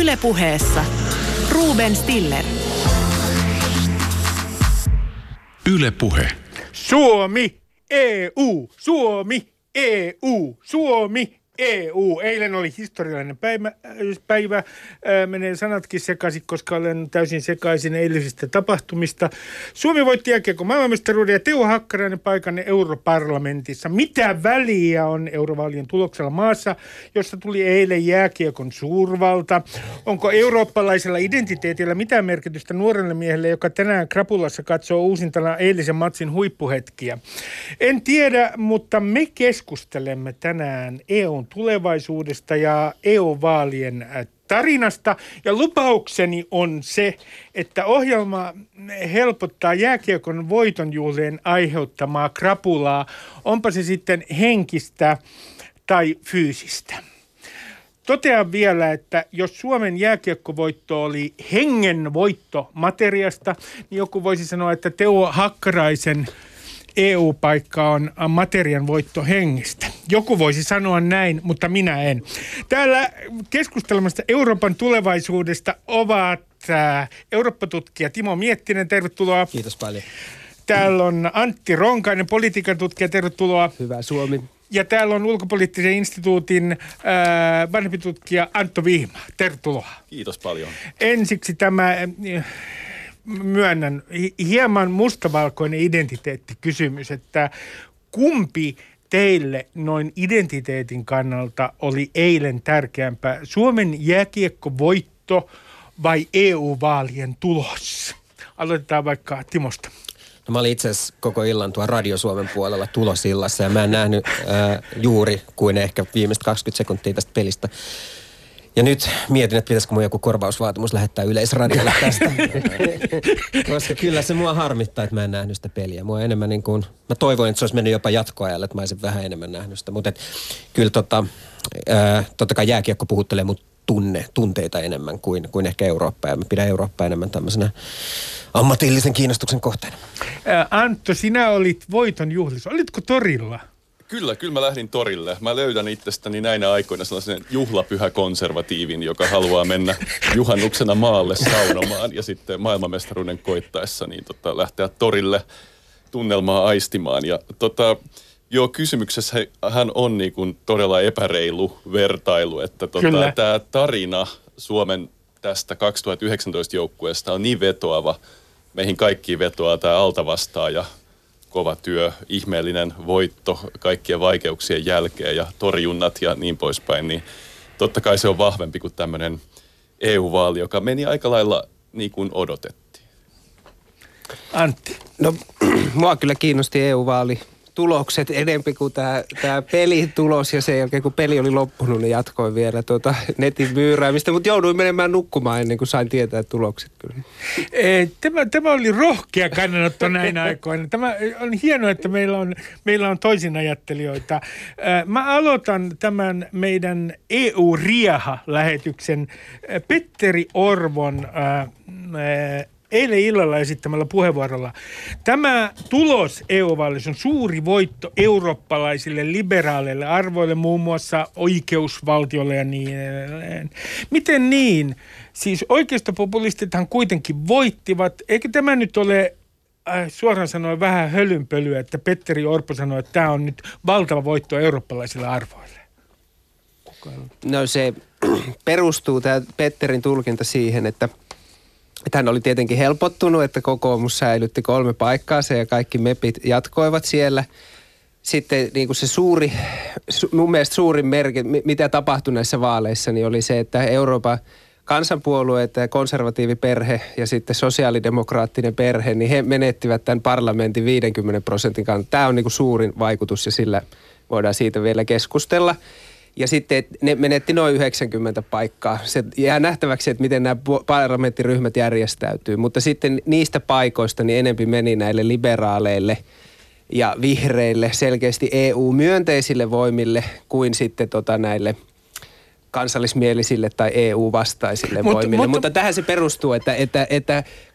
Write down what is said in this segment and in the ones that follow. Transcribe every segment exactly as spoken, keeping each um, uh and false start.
Yle Puheessa Ruben Stiller. Yle Puhe. Suomi, E U, Suomi, E U, Suomi, E U. Eilen oli historiallinen päivä, päivä. Ää, menee sanatkin sekaisin, koska olen täysin sekaisin eilisistä tapahtumista. Suomi voitti jääkiekon maailmanmestaruuden ja Teuvo Hakkarainen paikanne europarlamentissa. Mitä väliä on eurovaalien tuloksella maassa, jossa tuli eilen jääkiekon suurvalta? Onko eurooppalaisella identiteetillä mitään merkitystä nuorelle miehelle, joka tänään krapulassa katsoo uusintana eilisen matsin huippuhetkiä? En tiedä, mutta me keskustelemme tänään E U:n tulevaisuudesta ja E U-vaalien tarinasta. Ja lupaukseni on se, että ohjelma helpottaa jääkiekon voitonjuhlien aiheuttamaa krapulaa, onpa se sitten henkistä tai fyysistä. Totean vielä, että jos Suomen jääkiekkovoitto oli hengen voitto materiasta, niin joku voisi sanoa, että Teuvo Hakkaraisen E U-paikka on materian voitto hengestä. Joku voisi sanoa näin, mutta minä en. Täällä keskustelemassa Euroopan tulevaisuudesta ovat äh, Eurooppa-tutkija Timo Miettinen, tervetuloa. Kiitos paljon. Täällä on Antti Ronkainen, politiikan tutkija, tervetuloa. Hyvä Suomi. Ja täällä on Ulkopoliittisen instituutin äh, vanhempi tutkija Antto Vihma, tervetuloa. Kiitos paljon. Ensiksi tämä... Äh, Myönnän hieman mustavalkoinen identiteettikysymys, että kumpi teille noin identiteetin kannalta oli eilen tärkeämpää, Suomen jääkiekkovoitto vai E U-vaalien tulos? Aloitetaan vaikka Timosta. No, mä olin itse asiassa koko illan tuon Radio Suomen puolella tulosillassa ja mä en nähnyt äh, juuri kuin ehkä viimeiset kaksikymmentä sekuntia tästä pelistä. Ja nyt mietin, että pitäisikö mun joku korvausvaatimus lähettää Yleisradiolle tästä. Koska kyllä se mua harmittaa, että mä en nähnyt sitä peliä. Mua enemmän niin kuin, mä toivoin, että se olisi mennyt jopa jatkoajalle, että mä olisin vähän enemmän nähnyt sitä. Mutta kyllä tota, ää, totta kai jääkiekko puhuttelee mut tunne, tunteita enemmän kuin, kuin ehkä Eurooppaa. Ja mä pidän Eurooppaa enemmän tämmöisenä ammatillisen kiinnostuksen kohteena. Ää, Antto, sinä olit voiton juhlissa. Olitko torilla? Kyllä, kyllä mä lähdin torille. Mä löydän itsestäni näinä aikoina sellaisen juhlapyhäkonservatiivin, joka haluaa mennä juhannuksena maalle saunomaan ja sitten maailmanmestaruuden koittaessa niin tota, lähteä torille tunnelmaa aistimaan. Ja tota, joo, kysymyksessä hän on niin kuin todella epäreilu vertailu, että tota, tämä tarina Suomen tästä kaksituhattayhdeksäntoista joukkueesta on niin vetoava. Meihin kaikkiin vetoaa tämä altavastaaja. Kova työ, ihmeellinen voitto kaikkien vaikeuksien jälkeen ja torjunnat ja niin poispäin, niin totta kai se on vahvempi kuin tämmöinen E U-vaali, joka meni aika lailla niin kuin odotettiin. Antti. No, mua kyllä kiinnosti E U-vaali tulokset enemmän kuin tämä, tämä pelitulos ja sen jälkeen kun peli oli loppunut, niin jatkoin vielä tuota netin myyräämistä, mutta jouduin menemään nukkumaan ennen kuin sain tietää tulokset kyllä. Tämä, tämä oli rohkea kannanotto näinä aikoina. Tämä on hienoa, että meillä on, meillä on toisinajattelijoita. Mä aloitan tämän meidän E U-Riaha-lähetyksen Petteri Orvon eilen illalla esittämällä puheenvuorolla. Tämä tulos E U-vaaleissa on suuri voitto eurooppalaisille liberaaleille arvoille, muun muassa oikeusvaltiolle ja niin edelleen. Miten niin? Siis oikeistopopulistithan kuitenkin voittivat. Eikö tämä nyt ole äh, suoraan sanoen vähän hölynpölyä, että Petteri Orpo sanoi, että tämä on nyt valtava voitto eurooppalaisille arvoille? No se perustuu tämä Petterin tulkinta siihen, että Että hän oli tietenkin helpottunut, että kokoomus säilytti kolme paikkaansa ja kaikki mepit jatkoivat siellä. Sitten niin kuin se suuri, mun mielestä suurin merkki, mitä tapahtui näissä vaaleissa, niin oli se, että Euroopan kansanpuolue, konservatiiviperhe ja sitten sosiaalidemokraattinen perhe, niin he menettivät tämän parlamentin viidenkymmenen prosentin kannalta. Tämä on niin kuin suurin vaikutus ja sillä voidaan siitä vielä keskustella. Ja sitten ne menetti noin yhdeksänkymmentä paikkaa. Se jää nähtäväksi, että miten nämä parlamenttiryhmät järjestäytyy. Mutta sitten niistä paikoista niin enempi meni näille liberaaleille ja vihreille, selkeästi E U-myönteisille voimille kuin sitten tota näille kansallismielisille tai E U-vastaisille Mut, voimille. mutta, mutta tähän se perustuu, että, että, että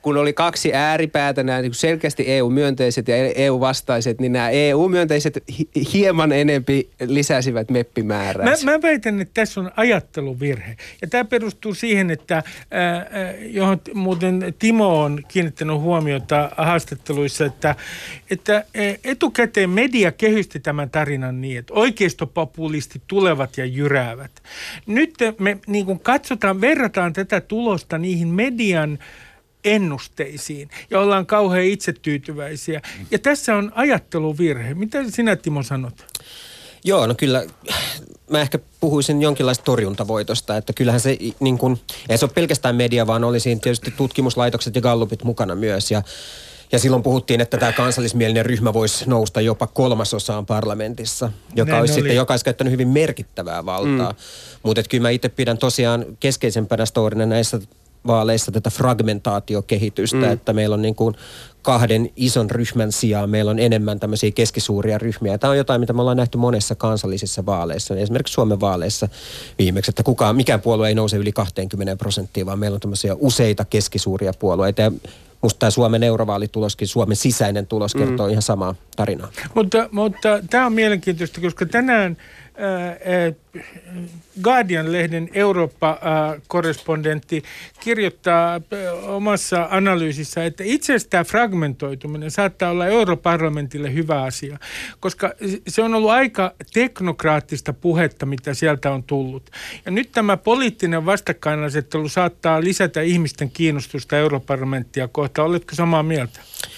kun oli kaksi ääripäätä, nämä niin selkeästi E U-myönteiset ja E U-vastaiset, niin nämä E U-myönteiset hi- hieman enempi lisäsivät meppimäärää. Mä, mä väitän, että tässä on ajatteluvirhe. Ja tämä perustuu siihen, että äh, johon muuten Timo on kiinnittänyt huomiota haastatteluissa, että, että etukäteen media kehysti tämän tarinan niin, että oikeistopopulistit tulevat ja jyräävät. Nyt me niin kun katsotaan, verrataan tätä tulosta niihin median ennusteisiin ja ollaan kauhean itsetyytyväisiä. Ja tässä on ajatteluvirhe. Mitä sinä, Timo, sanot? Joo, no kyllä mä ehkä puhuisin jonkinlaista torjuntavoitosta, että kyllähän se niin kuin, ei se ole pelkästään media, vaan oli siinä tietysti tutkimuslaitokset ja gallupit mukana myös ja Ja silloin puhuttiin, että tämä kansallismielinen ryhmä voisi nousta jopa kolmasosaan parlamentissa, joka Näin olisi oli. sitten, joka olisi käyttänyt hyvin merkittävää valtaa. Mm. Mutta kyllä mä itse pidän tosiaan keskeisempänä storina näissä vaaleissa tätä fragmentaatiokehitystä, mm. että meillä on niin kuin kahden ison ryhmän sijaan, meillä on enemmän tämmöisiä keskisuuria ryhmiä. Tämä on jotain, mitä me ollaan nähty monessa kansallisissa vaaleissa, esimerkiksi Suomen vaaleissa viimeksi, että kukaan, mikään puolue ei nouse yli kaksikymmentä prosenttia, vaan meillä on tämmöisiä useita keskisuuria puolueita. Ja musta tämä Suomen eurovaalituloskin, Suomen sisäinen tulos kertoo mm. ihan samaa tarinaa. Mutta, mutta tämä on mielenkiintoista, koska tänään äh, Guardian-lehden Eurooppa-korrespondentti kirjoittaa äh, omassa analyysissä, että itse asiassa tämä fragmentoituminen saattaa olla europarlamentille hyvä asia, koska se on ollut aika teknokraattista puhetta, mitä sieltä on tullut. Ja nyt tämä poliittinen vastakkainasettelu saattaa lisätä ihmisten kiinnostusta europarlamenttia kohtaan. Oletko samaa mieltä?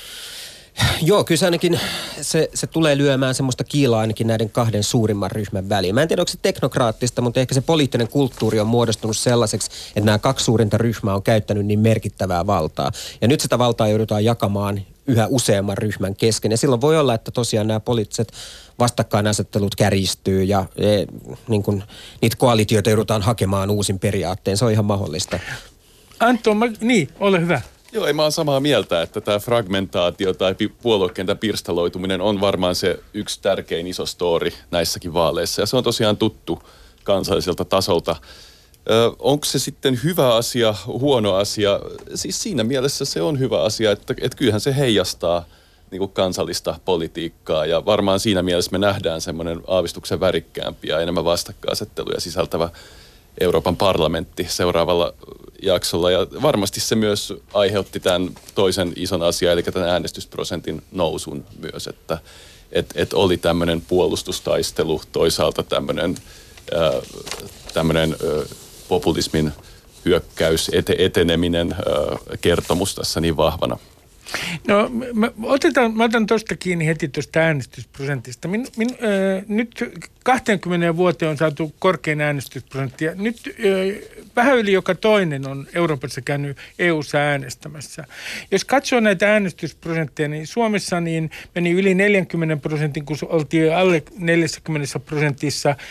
Joo, kyllä se ainakin se, se tulee lyömään semmoista kiilaa ainakin näiden kahden suurimman ryhmän väliin. Mä en tiedä, onko se teknokraattista, mutta ehkä se poliittinen kulttuuri on muodostunut sellaiseksi, että nämä kaksi suurinta ryhmää on käyttänyt niin merkittävää valtaa. Ja nyt sitä valtaa joudutaan jakamaan yhä useamman ryhmän kesken. Ja silloin voi olla, että tosiaan nämä poliittiset vastakkainasettelut kärjistyy ja e, niin kun, niitä koalitioita joudutaan hakemaan uusin periaatteen. Se on ihan mahdollista. Antto, mä, niin, ole hyvä. Joo, ei mä oon samaa mieltä, että tämä fragmentaatio tai puoluekentän pirstaloituminen on varmaan se yksi tärkein iso story näissäkin vaaleissa. Ja se on tosiaan tuttu kansalliselta tasolta. Ö, onko se sitten hyvä asia, huono asia? Siis siinä mielessä se on hyvä asia, että, että kyllähän se heijastaa niin kuin kansallista politiikkaa. Ja varmaan siinä mielessä me nähdään semmoinen aavistuksen värikkäämpi ja enemmän vastakkainasetteluja sisältävä Euroopan parlamentti seuraavalla jaksolla. Ja varmasti se myös aiheutti tämän toisen ison asian, eli tämän äänestysprosentin nousun myös, että et, et oli tämmöinen puolustustaistelu, toisaalta tämmöinen, ää, tämmöinen ää, populismin hyökkäys, ete, eteneminen, ää, kertomus tässä niin vahvana. No mä, otetaan, mä otan tuosta kiinni heti tuosta äänestysprosentista. Min, min, äh, nyt kaksikymmentä vuoteen on saatu korkein äänestysprosentti. Nyt äh, vähän yli joka toinen on Euroopassa käynyt E U:ssa äänestämässä. Jos katsoo näitä äänestysprosentteja, niin Suomessa niin meni yli neljäkymmentä prosentin, kun oltiin alle neljäkymmentä prosentissa äh,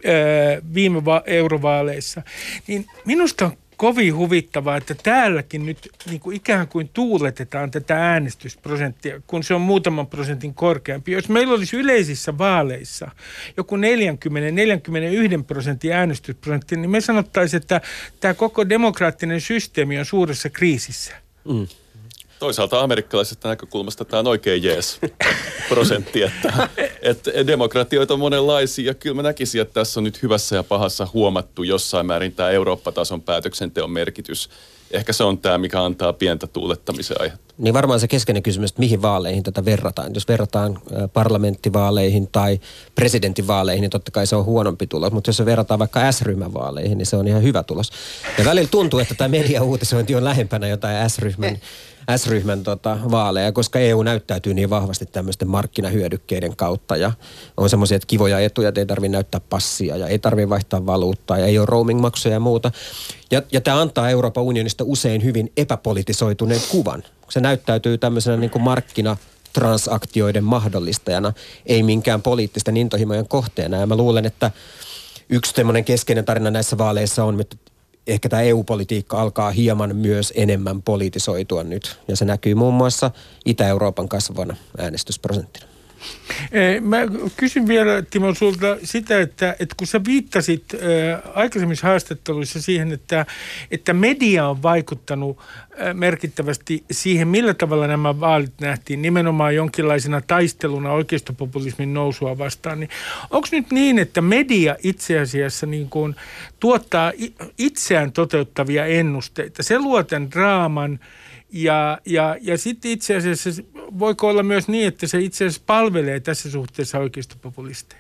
viime va- eurovaaleissa. Niin minusta on kovin huvittavaa, että täälläkin nyt niin kuin ikään kuin tuuletetaan tätä äänestysprosenttia, kun se on muutaman prosentin korkeampi. Jos meillä olisi yleisissä vaaleissa joku neljäkymmentä neljäkymmentäyksi prosentin äänestysprosentti, niin me sanottaisiin, että tämä koko demokraattinen systeemi on suuressa kriisissä. Mm. Toisaalta amerikkalaisesta näkökulmasta tämä on oikein jees prosentti, että, että demokratioita on monenlaisia. Ja kyllä mä näkisin, että tässä on nyt hyvässä ja pahassa huomattu jossain määrin tämä Eurooppa-tason päätöksenteon merkitys. Ehkä se on tämä, mikä antaa pientä tuulettamisen aihetta. Niin varmaan se keskeinen kysymys, että mihin vaaleihin tätä verrataan. Jos verrataan parlamenttivaaleihin tai presidentinvaaleihin, niin totta kai se on huonompi tulos. Mutta jos se verrataan vaikka S-ryhmän vaaleihin, niin se on ihan hyvä tulos. Ja välillä tuntuu, että tämä mediauutisointi on lähempänä jotain S-ryhmän S-ryhmän tota, vaaleja, koska E U näyttäytyy niin vahvasti tämmöisten markkinahyödykkeiden kautta ja on semmoisia kivoja etuja, että ei tarvitse näyttää passia ja ei tarvitse vaihtaa valuuttaa ja ei ole roaming-maksuja ja muuta. Ja, ja tämä antaa Euroopan unionista usein hyvin epäpolitisoituneen kuvan. Se näyttäytyy tämmöisenä niin kuin markkinatransaktioiden mahdollistajana, ei minkään poliittisten intohimojen kohteena. Ja mä luulen, että yksi semmoinen keskeinen tarina näissä vaaleissa on, että ehkä tämä E U-politiikka alkaa hieman myös enemmän politisoitua nyt. Ja se näkyy muun muassa Itä-Euroopan kasvavana äänestysprosenttina. Mä kysyn vielä, Timo, sulta sitä, että, että kun sä viittasit ää, aikaisemmissa haastatteluissa siihen, että, että media on vaikuttanut ää, merkittävästi siihen, millä tavalla nämä vaalit nähtiin, nimenomaan jonkinlaisena taisteluna oikeistopopulismin nousua vastaan, niin onko nyt niin, että media itse asiassa niin kuin tuottaa itseään toteuttavia ennusteita? Se luo tämän draaman. Ja, ja, ja sitten itse asiassa voiko olla myös niin, että se itse asiassa palvelee tässä suhteessa oikeistopopulisteja?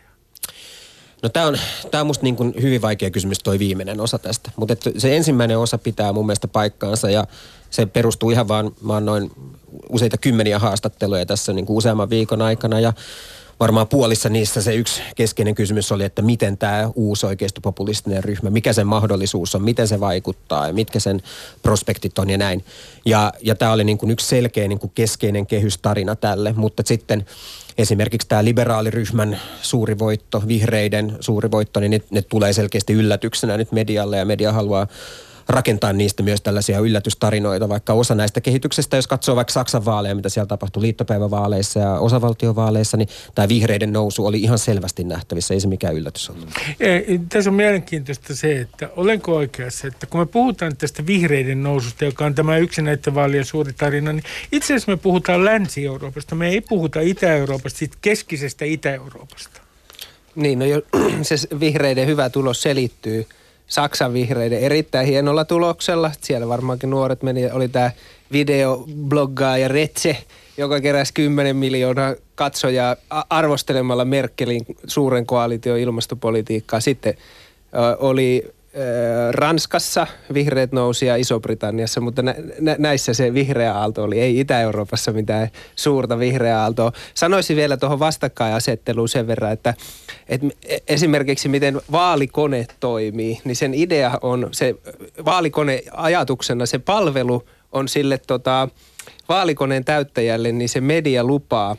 No tämä on, tää on musta niin kuin hyvin vaikea kysymys toi viimeinen osa tästä, mutta se ensimmäinen osa pitää mun mielestä paikkaansa ja se perustuu ihan vaan, mä oon noin useita kymmeniä haastatteluja tässä niin kuin useamman viikon aikana ja varmaan puolissa niistä se yksi keskeinen kysymys oli, että miten tämä uusi oikeistopopulistinen ryhmä, mikä sen mahdollisuus on, miten se vaikuttaa ja mitkä sen prospektit on ja näin. Ja, ja tämä oli niin kuin yksi selkeä niin kuin keskeinen kehystarina tälle, mutta sitten esimerkiksi tämä liberaaliryhmän suuri voitto, vihreiden suuri voitto, niin ne, ne tulee selkeästi yllätyksenä nyt medialle ja media haluaa rakentaa niistä myös tällaisia yllätystarinoita, vaikka osa näistä kehityksestä, jos katsoo vaikka Saksan vaaleja, mitä siellä tapahtui liittopäivävaaleissa ja osavaltiovaaleissa, niin tämä vihreiden nousu oli ihan selvästi nähtävissä, ei se mikään yllätys ollut. Tässä on mielenkiintoista se, että olenko oikeassa, että kun me puhutaan tästä vihreiden noususta, joka on tämä yksi näiden vaalien suuri tarina, niin itse asiassa me puhutaan Länsi-Euroopasta, me ei puhuta Itä-Euroopasta, siitä keskisestä Itä-Euroopasta. Niin, no jo, se vihreiden hyvä tulos selittyy Saksan vihreiden erittäin hienolla tuloksella. Siellä varmaankin nuoret meni, oli tämä videobloggaaja Retse, joka keräsi kymmenen miljoonaa katsojaa arvostelemalla Merkelin suuren koalition ilmastopolitiikkaa. Sitten ö, oli ö, Ranskassa vihreät nousi ja Iso-Britanniassa, mutta nä, nä, näissä se vihreä aalto oli. Ei Itä-Euroopassa mitään suurta vihreää aaltoa. Sanoisin vielä tuohon vastakkainasetteluun sen verran, että että esimerkiksi miten vaalikone toimii, niin sen idea on, se vaalikone ajatuksena, se palvelu on sille tota, vaalikoneen täyttäjälle, niin se media lupaa,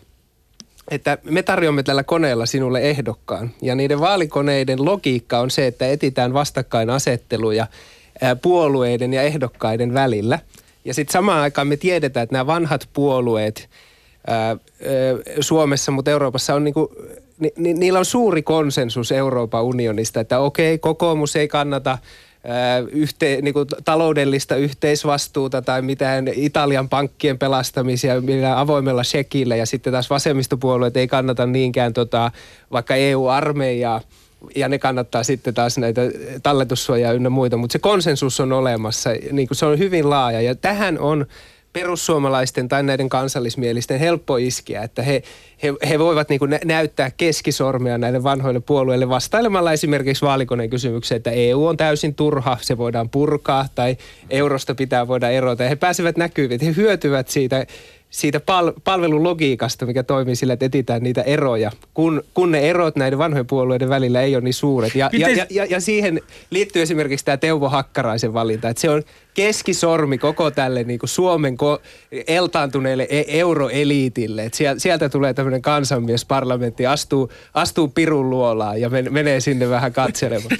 että me tarjoamme tällä koneella sinulle ehdokkaan. Ja niiden vaalikoneiden logiikka on se, että etsitään vastakkainasetteluja ää, puolueiden ja ehdokkaiden välillä. Ja sitten samaan aikaan me tiedetään, että nämä vanhat puolueet ää, ää, Suomessa, mutta Euroopassa on niinku Ni, ni, niillä on suuri konsensus Euroopan unionista, että okei, kokoomus ei kannata ää, yhte, niin kuin taloudellista yhteisvastuuta tai mitään Italian pankkien pelastamisia millään avoimella shekillä ja sitten taas vasemmistopuolueet ei kannata niinkään tota, vaikka E U-armeijaa ja ne kannattaa sitten taas näitä talletussuojaa ynnä muita, mutta se konsensus on olemassa, niin kuin se on hyvin laaja ja tähän on perussuomalaisten tai näiden kansallismielisten helppo iskeä, että he, he, he voivat niin kuin näyttää keskisormea näille vanhoille puolueille vastailemalla esimerkiksi vaalikoneen kysymykseen, että E U on täysin turha, se voidaan purkaa tai eurosta pitää voida erota. Ja he pääsevät näkyviin, he hyötyvät siitä, siitä pal- palvelulogiikasta, mikä toimii sillä, että etsitään niitä eroja, kun, kun ne erot näiden vanhojen puolueiden välillä ei ole niin suuret. Ja, ja, ja, ja, ja siihen liittyy esimerkiksi tämä Teuvo Hakkaraisen valinta, että se on keskisormi koko tälle niin kuin Suomen ko- eltaantuneelle e- euroeliitille. Että sieltä, sieltä tulee tämmöinen kansanmiesparlamentti, astuu, astuu pirun luolaan ja men- menee sinne vähän katselemaan.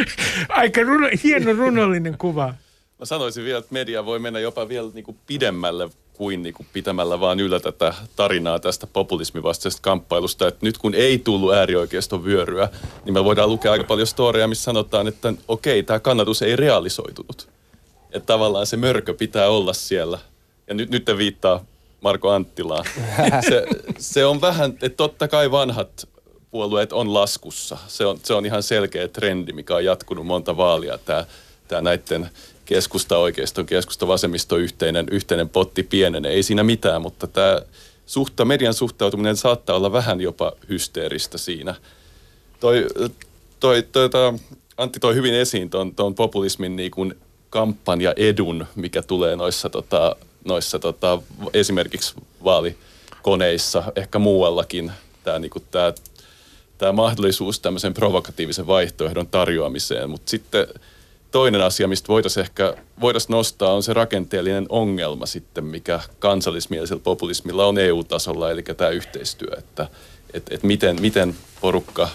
Aika runo, hieno runollinen kuva. Mä sanoisin vielä, että media voi mennä jopa vielä niin kuin pidemmälle kuin, niin kuin pitämällä vaan yllä tätä tarinaa tästä populismivastaisesta kamppailusta. Että nyt kun ei tullut äärioikeiston vyöryä, niin me voidaan lukea aika paljon storia, missä sanotaan, että okei, tämä kannatus ei realisoitunut. Että tavallaan se mörkö pitää olla siellä. Ja nyt, nyt te viittaa Marko Anttilaan. Se, se on vähän, että totta kai vanhat puolueet on laskussa. Se on, se on ihan selkeä trendi, mikä on jatkunut monta vaalia. Tämä, tämä näiden keskusta-oikeiston, keskusta-vasemmisto yhteinen, yhteinen potti pienenee. Ei siinä mitään, mutta tämä suhta, median suhtautuminen saattaa olla vähän jopa hysteeristä siinä. Toi, toi, toi, toi, Antti toi hyvin esiin tuon, tuon populismin niin kuin kampanja edun, mikä tulee noissa, tota, noissa tota, esimerkiksi vaalikoneissa, ehkä muuallakin, tämä niinku, tää, tää mahdollisuus tämmöisen provokatiivisen vaihtoehdon tarjoamiseen. Mutta sitten toinen asia, mistä voitaisiin ehkä voitaisiin nostaa, on se rakenteellinen ongelma sitten, mikä kansallismielisellä populismilla on E U-tasolla, eli tämä yhteistyö, että et, et miten, miten porukka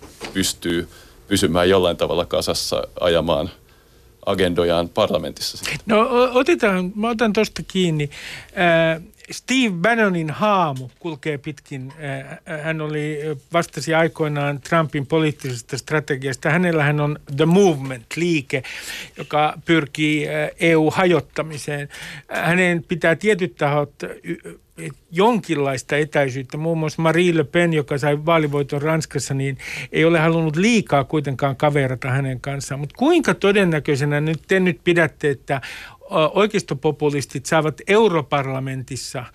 pystyy pysymään jollain tavalla kasassa ajamaan agendojaan parlamentissa sitten. No otetaan, mä otan tuosta kiinni. Ää, Steve Bannonin haamu kulkee pitkin. Hän oli, vastasi aikoinaan Trumpin poliittisesta strategiasta. Hänellähän on The Movement-liike, joka pyrkii E U-hajottamiseen. Hänen pitää tietyt tahot jonkinlaista etäisyyttä. Muun muassa Marine Le Pen, joka sai vaalivoiton Ranskassa, niin ei ole halunnut liikaa kuitenkaan kaverata hänen kanssaan. Mutta kuinka todennäköisenä nyt te nyt pidätte, että oikeistopopulistit saavat europarlamentissa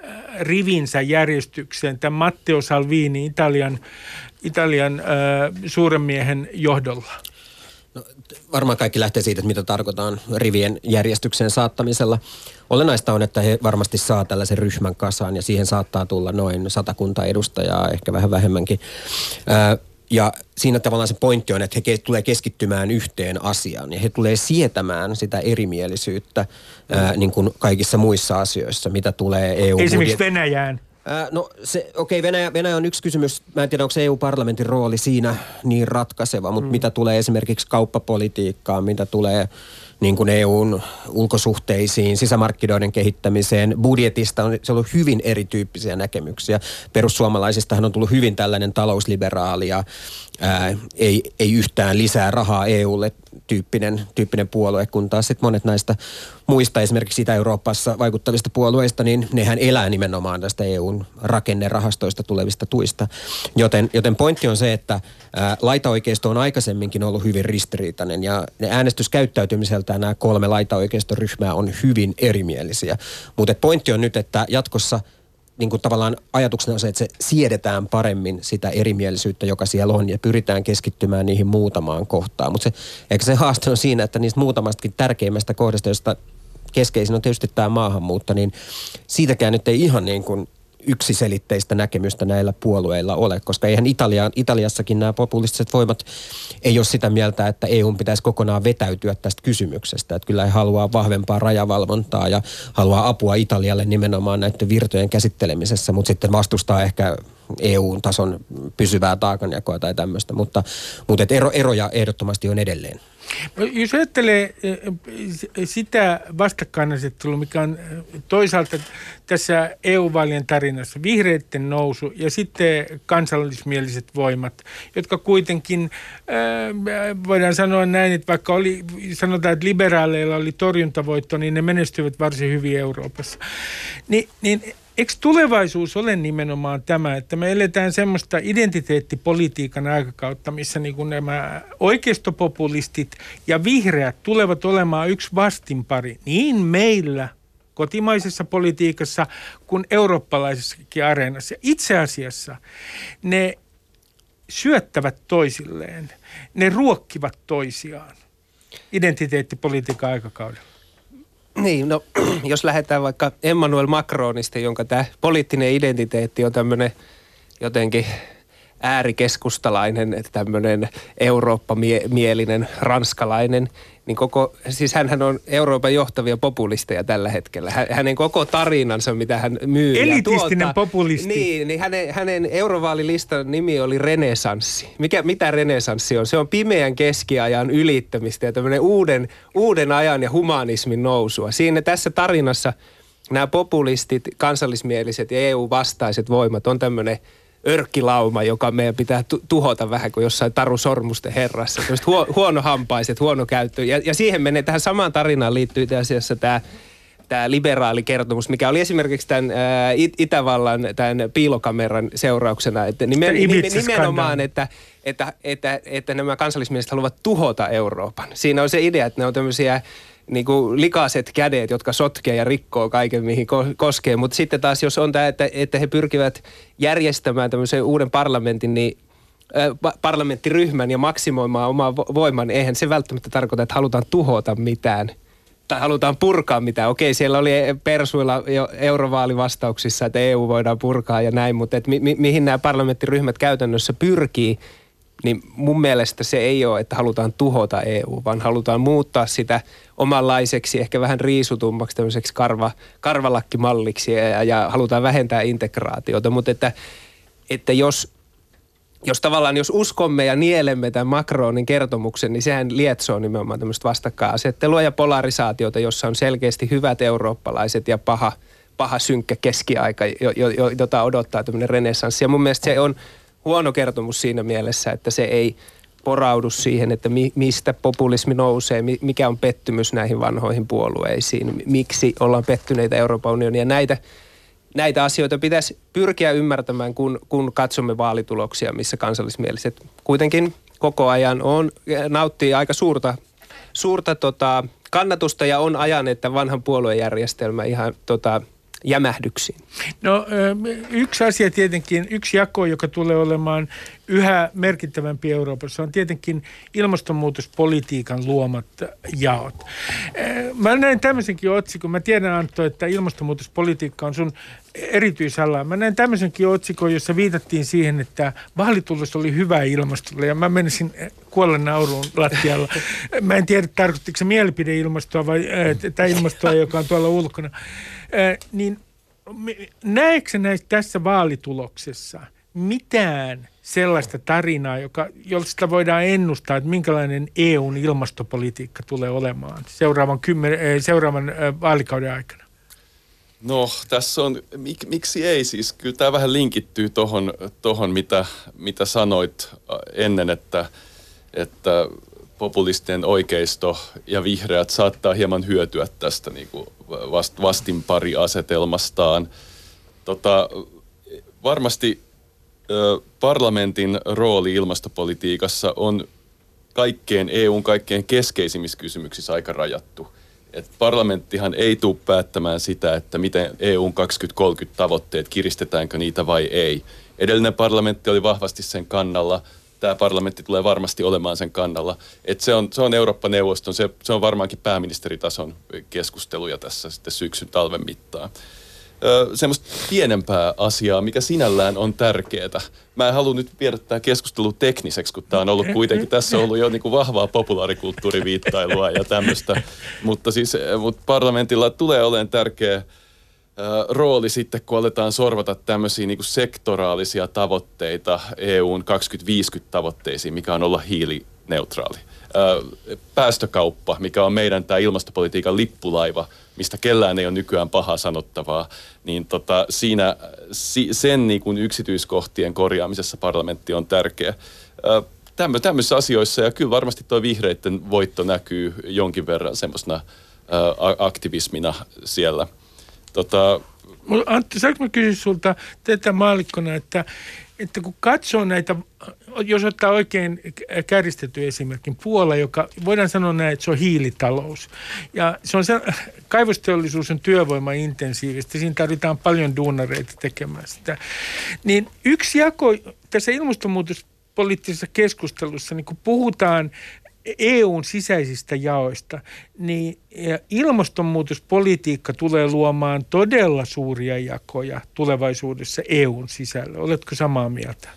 rivinsä järjestykseen tämän Matteo Salvini Italian, Italian äh, suuren miehen johdolla? No, varmaan kaikki lähtee siitä, että mitä tarkoitaan rivien järjestykseen saattamisella. Olennaista on, että he varmasti saa tällaisen ryhmän kasaan ja siihen saattaa tulla noin satakunta edustajaa, ehkä vähän vähemmänkin. Äh, Ja siinä tavallaan se pointti on, että he tulee keskittymään yhteen asiaan ja he tulee sietämään sitä erimielisyyttä mm. ää, niin kuin kaikissa muissa asioissa, mitä tulee E U. Esimerkiksi Venäjään. Ää, no se, okei, okay, Venäjä, Venäjä on yksi kysymys. Mä en tiedä, onko se E U-parlamentin rooli siinä niin ratkaiseva, mutta mm. mitä tulee esimerkiksi kauppapolitiikkaan, mitä tulee niin kuin E U:n ulkosuhteisiin, sisämarkkinoiden kehittämiseen, budjetista on, se on ollut hyvin erityyppisiä näkemyksiä. Perussuomalaisistahan on tullut hyvin tällainen talousliberaali ja ää, ei, ei yhtään lisää rahaa E U:lle tyyppinen, tyyppinen puolue, kun taas sitten monet näistä muista esimerkiksi Itä-Euroopassa vaikuttavista puolueista, niin nehän elää nimenomaan tästä E U:n rakennerahastoista tulevista tuista. Joten, joten pointti on se, että ää, laitaoikeisto on aikaisemminkin ollut hyvin ristiriitainen ja ne äänestyskäyttäytymiseltään nämä kolme laitaoikeistoryhmää on hyvin erimielisiä. Mutta pointti on nyt, että jatkossa niin kuin tavallaan ajatuksena on se, että se siedetään paremmin sitä erimielisyyttä, joka siellä on, ja pyritään keskittymään niihin muutamaan kohtaan. Mutta se, eikä se haaste on siinä, että niistä muutamastakin tärkeimmästä kohdasta, josta keskeisin on tietysti tämä maahanmuutto, niin siitäkään nyt ei ihan niin kuin yksiselitteistä näkemystä näillä puolueilla ole, koska eihän Italia, Italiassakin nämä populistiset voimat ei ole sitä mieltä, että E U:n pitäisi kokonaan vetäytyä tästä kysymyksestä. Että kyllä he haluaa vahvempaa rajavalvontaa ja haluaa apua Italialle nimenomaan näiden virtojen käsittelemisessä, mutta sitten vastustaa ehkä E U-tason pysyvää taakanjakoa tai tämmöistä, mutta, mutta et ero, eroja ehdottomasti on edelleen. Jos ajattelee sitä vastakkainasettelua, mikä on toisaalta tässä E U-vaalien tarinassa, vihreiden nousu ja sitten kansallismieliset voimat, jotka kuitenkin voidaan sanoa näin, että vaikka oli, sanotaan, että liberaaleilla oli torjuntavoitto, niin ne menestyivät varsin hyvin Euroopassa. Ni, niin eikö tulevaisuus ole nimenomaan tämä, että me eletään semmoista identiteettipolitiikan aikakautta, missä niin kuin nämä oikeistopopulistit ja vihreät tulevat olemaan yksi vastinpari niin meillä kotimaisessa politiikassa kuin eurooppalaisessakin areenassa. Itse asiassa ne syöttävät toisilleen, ne ruokkivat toisiaan identiteettipolitiikan aikakaudella. Niin, no jos lähdetään vaikka Emmanuel Macronista, jonka tämä poliittinen identiteetti on tämmöinen jotenkin äärikeskustalainen, tämmöinen Eurooppa-mielinen ranskalainen, niin koko, siis hänhän on Euroopan johtavia populisteja tällä hetkellä. Hänen koko tarinansa, mitä hän myy. Elitistinen populisti. Niin, niin hänen, hänen eurovaalilistan nimi oli Renesanssi. Mikä, mitä renesanssi on? Se on pimeän keskiajan ylittämistä ja tämmöinen uuden, uuden ajan ja humanismin nousua. Siinä tässä tarinassa nämä populistit, kansallismieliset ja E U-vastaiset voimat on tämmöinen örkkilauma, joka meidän pitää tu- tuhota vähän kuin jossain Taru Sormusten herrassa. Huo- huonohampaiset, huono käyttö. Ja, ja siihen menee, tähän samaan tarinaan liittyy itse asiassa tämä tämä liberaalikertomus, mikä oli esimerkiksi tämän ää, It- Itävallan tämän piilokameran seurauksena. Että nimen, nimenomaan, että, että, että, että nämä kansallismieliset haluavat tuhota Euroopan. Siinä on se idea, että ne on tämmöisiä niin kuin likaiset kädet, jotka sotkee ja rikkoo kaiken, mihin koskee. Mutta sitten taas, jos on tämä, että, että he pyrkivät järjestämään tämmöisen uuden parlamentin, niin äh, parlamenttiryhmän ja maksimoimaan omaa voiman, niin eihän se välttämättä tarkoita, että halutaan tuhota mitään tai halutaan purkaa mitään. Okei, siellä oli persuilla jo eurovaalivastauksissa, että E U voidaan purkaa ja näin, mutta et mi- mi- mihin nämä parlamenttiryhmät käytännössä pyrkii, niin mun mielestä se ei ole, että halutaan tuhota E U, vaan halutaan muuttaa sitä omanlaiseksi, ehkä vähän riisutummaksi, tämmöiseksi karva, karvalakkimalliksi ja, ja halutaan vähentää integraatiota. Mutta että, että jos, jos tavallaan, jos uskomme ja nielemme tämän Macronin kertomuksen, niin sehän lietsoo nimenomaan tämmöistä vastakkainasettelua ja polarisaatiota, jossa on selkeästi hyvät eurooppalaiset ja paha, paha synkkä keskiaika, jo, jo, jota odottaa tämmöinen renessanssi. Ja mun mielestä se on huono kertomus siinä mielessä, että se ei poraudu siihen, että mi, mistä populismi nousee, mikä on pettymys näihin vanhoihin puolueisiin, miksi ollaan pettyneitä Euroopan unionia. Näitä, näitä asioita pitäisi pyrkiä ymmärtämään, kun, kun katsomme vaalituloksia, missä kansallismieliset kuitenkin koko ajan on, nauttii aika suurta, suurta tota, kannatusta ja on ajaneet tämän vanhan puoluejärjestelmä ihan tota, jämähdyksiin. No yksi asia tietenkin, yksi jako, joka tulee olemaan yhä merkittävämpi Euroopassa, on tietenkin ilmastonmuutospolitiikan luomat jaot. Mä näen tämmöisenkin otsikon, mä tiedän Antto, että ilmastonmuutospolitiikka on sun erityisalaa. Mä näen tämmöisenkin otsikon, jossa viitattiin siihen, että vaalitulos oli hyvä ilmastolle ja mä menisin kuolla nauruun lattialla. Mä en tiedä, tarkoittiko se mielipideilmastoa vai tätä ilmastoa, joka on tuolla ulkona. Äh, niin näetkö sä näistä tässä vaalituloksessa mitään sellaista tarinaa, joka, josta voidaan ennustaa, että minkälainen E U:n ilmastopolitiikka tulee olemaan seuraavan, kymmen, seuraavan vaalikauden aikana? No tässä on, mik, miksi ei siis, kyllä tämä vähän linkittyy tohon, tohon mitä, mitä sanoit ennen, että, että populistinen oikeisto ja vihreät saattaa hieman hyötyä tästä niin kuin vast, vastinpariasetelmastaan. Tota, varmasti ö, parlamentin rooli ilmastopolitiikassa on kaikkein E U:n kaikkein keskeisimmissä kysymyksissä aika rajattu. Et parlamenttihan ei tule päättämään sitä, että miten E U:n kaksituhattakolmekymmentä tavoitteet, kiristetäänkö niitä vai ei. Edellinen parlamentti oli vahvasti sen kannalla. Tämä parlamentti tulee varmasti olemaan sen kannalla. Et se on, se on Eurooppa-neuvoston, se, se on varmaankin pääministeritason keskusteluja tässä sitten syksyn talven mittaan. Öö, semmoista pienempää asiaa, mikä sinällään on tärkeää. Mä en halua nyt viedä tämä keskustelu tekniseksi, kun tämä on ollut kuitenkin, tässä on ollut jo niin kuin vahvaa populaarikulttuuriviittailua ja tämmöistä. Mutta siis mutta parlamentilla tulee olemaan tärkeä rooli sitten, kun aletaan sorvata tämmöisiä niin kuin sektoraalisia tavoitteita E U:n kaksituhattaviisikymmentä tavoitteisiin, mikä on olla hiilineutraali. Päästökauppa, mikä on meidän tämä ilmastopolitiikan lippulaiva, mistä kellään ei ole nykyään pahaa sanottavaa, niin tota, siinä sen niin kuin yksityiskohtien korjaamisessa parlamentti on tärkeä. Tämmöisissä asioissa, ja kyllä varmasti tuo vihreiden voitto näkyy jonkin verran semmoisena aktivismina siellä. Tota, Antti, saanko mä kysyä sulta tätä maallikkona, että, että kun katsoo näitä, jos ottaa oikein kärjistetty esimerkin, Puola, joka voidaan sanoa näin, että se on hiilitalous. Ja se on se, kaivosteollisuus on työvoimaintensiivistä, siinä tarvitaan paljon duunareita tekemään sitä. Niin yksi jako tässä ilmastonmuutospoliittisessa keskustelussa, niin kun puhutaan E U:n sisäisistä jaoista, niin ilmastonmuutospolitiikka tulee luomaan todella suuria jakoja tulevaisuudessa E U:n sisällä. Oletko samaa mieltä?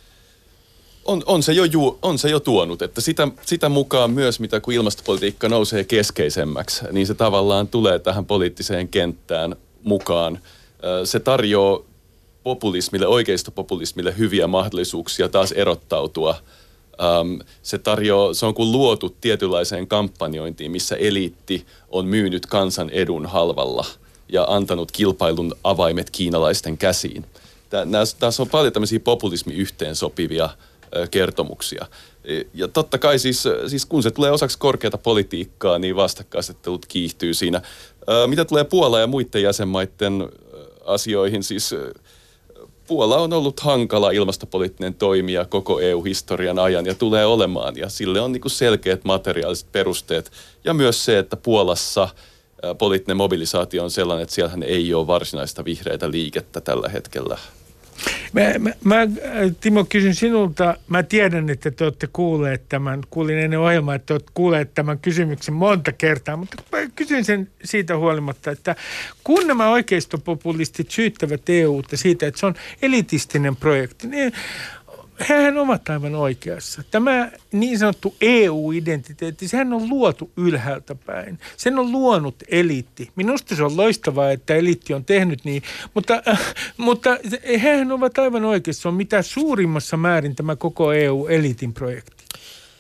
On, on, se, jo ju, on se jo tuonut, että sitä, sitä mukaan myös, mitä kun ilmastopolitiikka nousee keskeisemmäksi, niin se tavallaan tulee tähän poliittiseen kenttään mukaan. Se tarjoaa populismille, oikeistopopulismille hyviä mahdollisuuksia taas erottautua. Um, se tarjoaa, se on kuin luotu tietynlaiseen kampanjointiin, missä eliitti on myynyt kansan edun halvalla ja antanut kilpailun avaimet kiinalaisten käsiin. Tässä on paljon tämmöisiä populismi-yhteensopivia ö, kertomuksia. Ja totta kai siis, siis kun se tulee osaksi korkeata politiikkaa, niin vastakkainasettelut kiihtyy siinä. Ö, mitä tulee Puola ja muiden jäsenmaiden asioihin, siis Puola on ollut hankala ilmastopoliittinen toimija koko E U-historian ajan ja tulee olemaan. Ja sille on niin kuin selkeät materiaaliset perusteet. Ja myös se, että Puolassa ä, poliittinen mobilisaatio on sellainen, että siellähän ei ole varsinaista vihreätä liikettä tällä hetkellä. Mä, mä, mä, Timo, kysyn sinulta. Mä tiedän, että te olette kuulleet tämän. Kuulin ennen ohjelmaa, että te olette kuulleet tämän kysymyksen monta kertaa. Mutta kysyn sen siitä huolimatta, että kun nämä oikeistopopulistit syyttävät E U:ta siitä, että se on elitistinen projekti, niin hehän ovat aivan oikeassa. Tämä niin sanottu E U-identiteetti, sehän on luotu ylhäältä päin. Sen on luonut eliitti. Minusta se on loistavaa, että eliitti on tehnyt niin, mutta, äh, mutta hehän ovat aivan oikeassa. Se on mitä suurimmassa määrin tämä koko E U-eliitin projekti.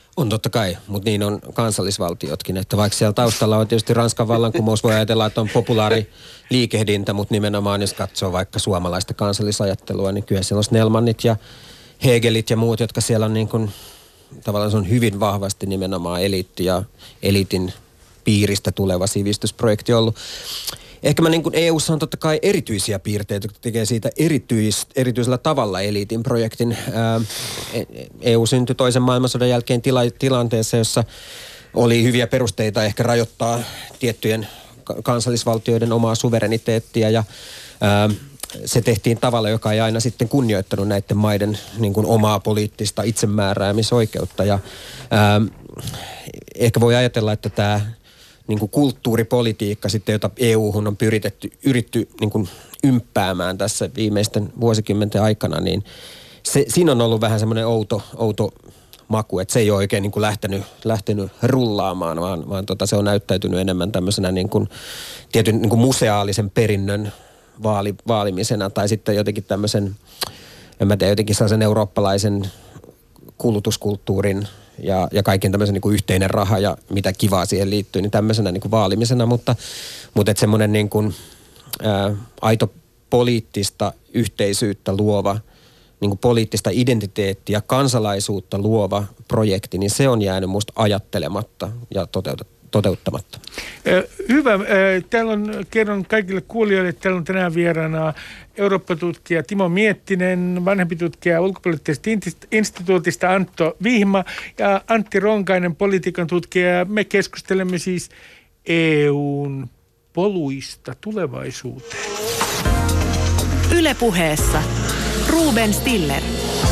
On totta kai, mutta niin on kansallisvaltiotkin. Että vaikka siellä taustalla on tietysti Ranskan vallankumous, voi ajatella, että on populaari liikehdintä, mutta nimenomaan jos katsoo vaikka suomalaista kansallisajattelua, niin kyllä siellä on Snellmanit ja Hegelit ja muut, jotka siellä on niin kuin, tavallaan se on hyvin vahvasti nimenomaan eliitti ja eliitin piiristä tuleva sivistysprojekti ollut. Ehkä mä niin kuin E U:ssa on totta kai erityisiä piirteitä, jotka tekee siitä erityis, erityisellä tavalla eliitin projektin. Ää, E U syntyi toisen maailmansodan jälkeen tila, tilanteessa, jossa oli hyviä perusteita ehkä rajoittaa tiettyjen kansallisvaltioiden omaa suvereniteettia ja ää, se tehtiin tavalla, joka ei aina sitten kunnioittanut näiden maiden niin kuin omaa poliittista itsemääräämisoikeutta ja ää, ehkä voi ajatella, että tämä niin kuin kulttuuripolitiikka sitten, jota E U:hun on pyritetty, yritty niin kuin ymppäämään tässä viimeisten vuosikymmenten aikana, niin se, siinä on ollut vähän semmoinen outo, outo maku, että se ei ole oikein niin kuin lähtenyt, lähtenyt rullaamaan, vaan, vaan tota, se on näyttäytynyt enemmän tämmöisenä niin kuin tietyn niin kuin museaalisen perinnön vaali, vaalimisena tai sitten jotenkin tämmöisen, en mä tiedä, jotenkin sellaisen eurooppalaisen kulutuskulttuurin ja, ja kaiken tämmöisen niin kuin yhteinen raha ja mitä kivaa siihen liittyy, niin tämmöisenä niin kuin vaalimisena, mutta, mutta että semmoinen niin kuin, ää, aito poliittista yhteisyyttä luova, niin kuin poliittista identiteettiä, kansalaisuutta luova projekti, niin se on jäänyt musta ajattelematta ja toteutettu. toteuttamatta. Hyvä. Täällä on, kerron kaikille kuulijoille, että täällä on tänään vieraana Eurooppa-tutkija Timo Miettinen, vanhempi tutkija ulkopoliittisesta instituutista Antto Vihma ja Antti Ronkainen, politiikan tutkija. Me keskustelemme siis E U:n poluista tulevaisuuteen. Yle Puheessa Ruben Stiller.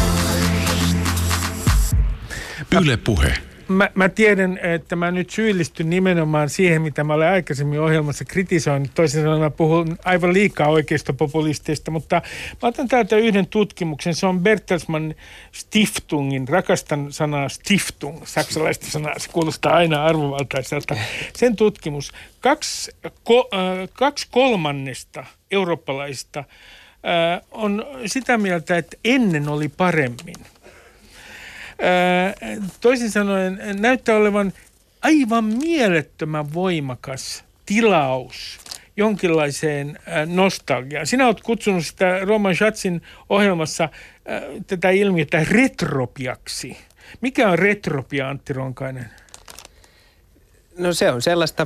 Yle Puhe. Mä, mä tiedän, että mä nyt syyllistyn nimenomaan siihen, mitä mä olen aikaisemmin ohjelmassa kritisoinut. Toisin sanoen mä puhun aivan liikaa oikeistopopulisteista, mutta mä otan täältä yhden tutkimuksen. Se on Bertelsmann Stiftungin, rakastan sanaa Stiftung, saksalaista sanaa, se kuulostaa aina arvovaltaiselta. Sen tutkimus, kaksi, ko, äh, kaksi kolmannesta eurooppalaisista äh, on sitä mieltä, että ennen oli paremmin. Toisin sanoen näyttää olevan aivan mielettömän voimakas tilaus jonkinlaiseen nostalgiaan. Sinä olet kutsunut sitä Roman Schatzin ohjelmassa tätä ilmiötä retropiaksi. Mikä on retropia, Antti Ronkainen? No se on sellaista,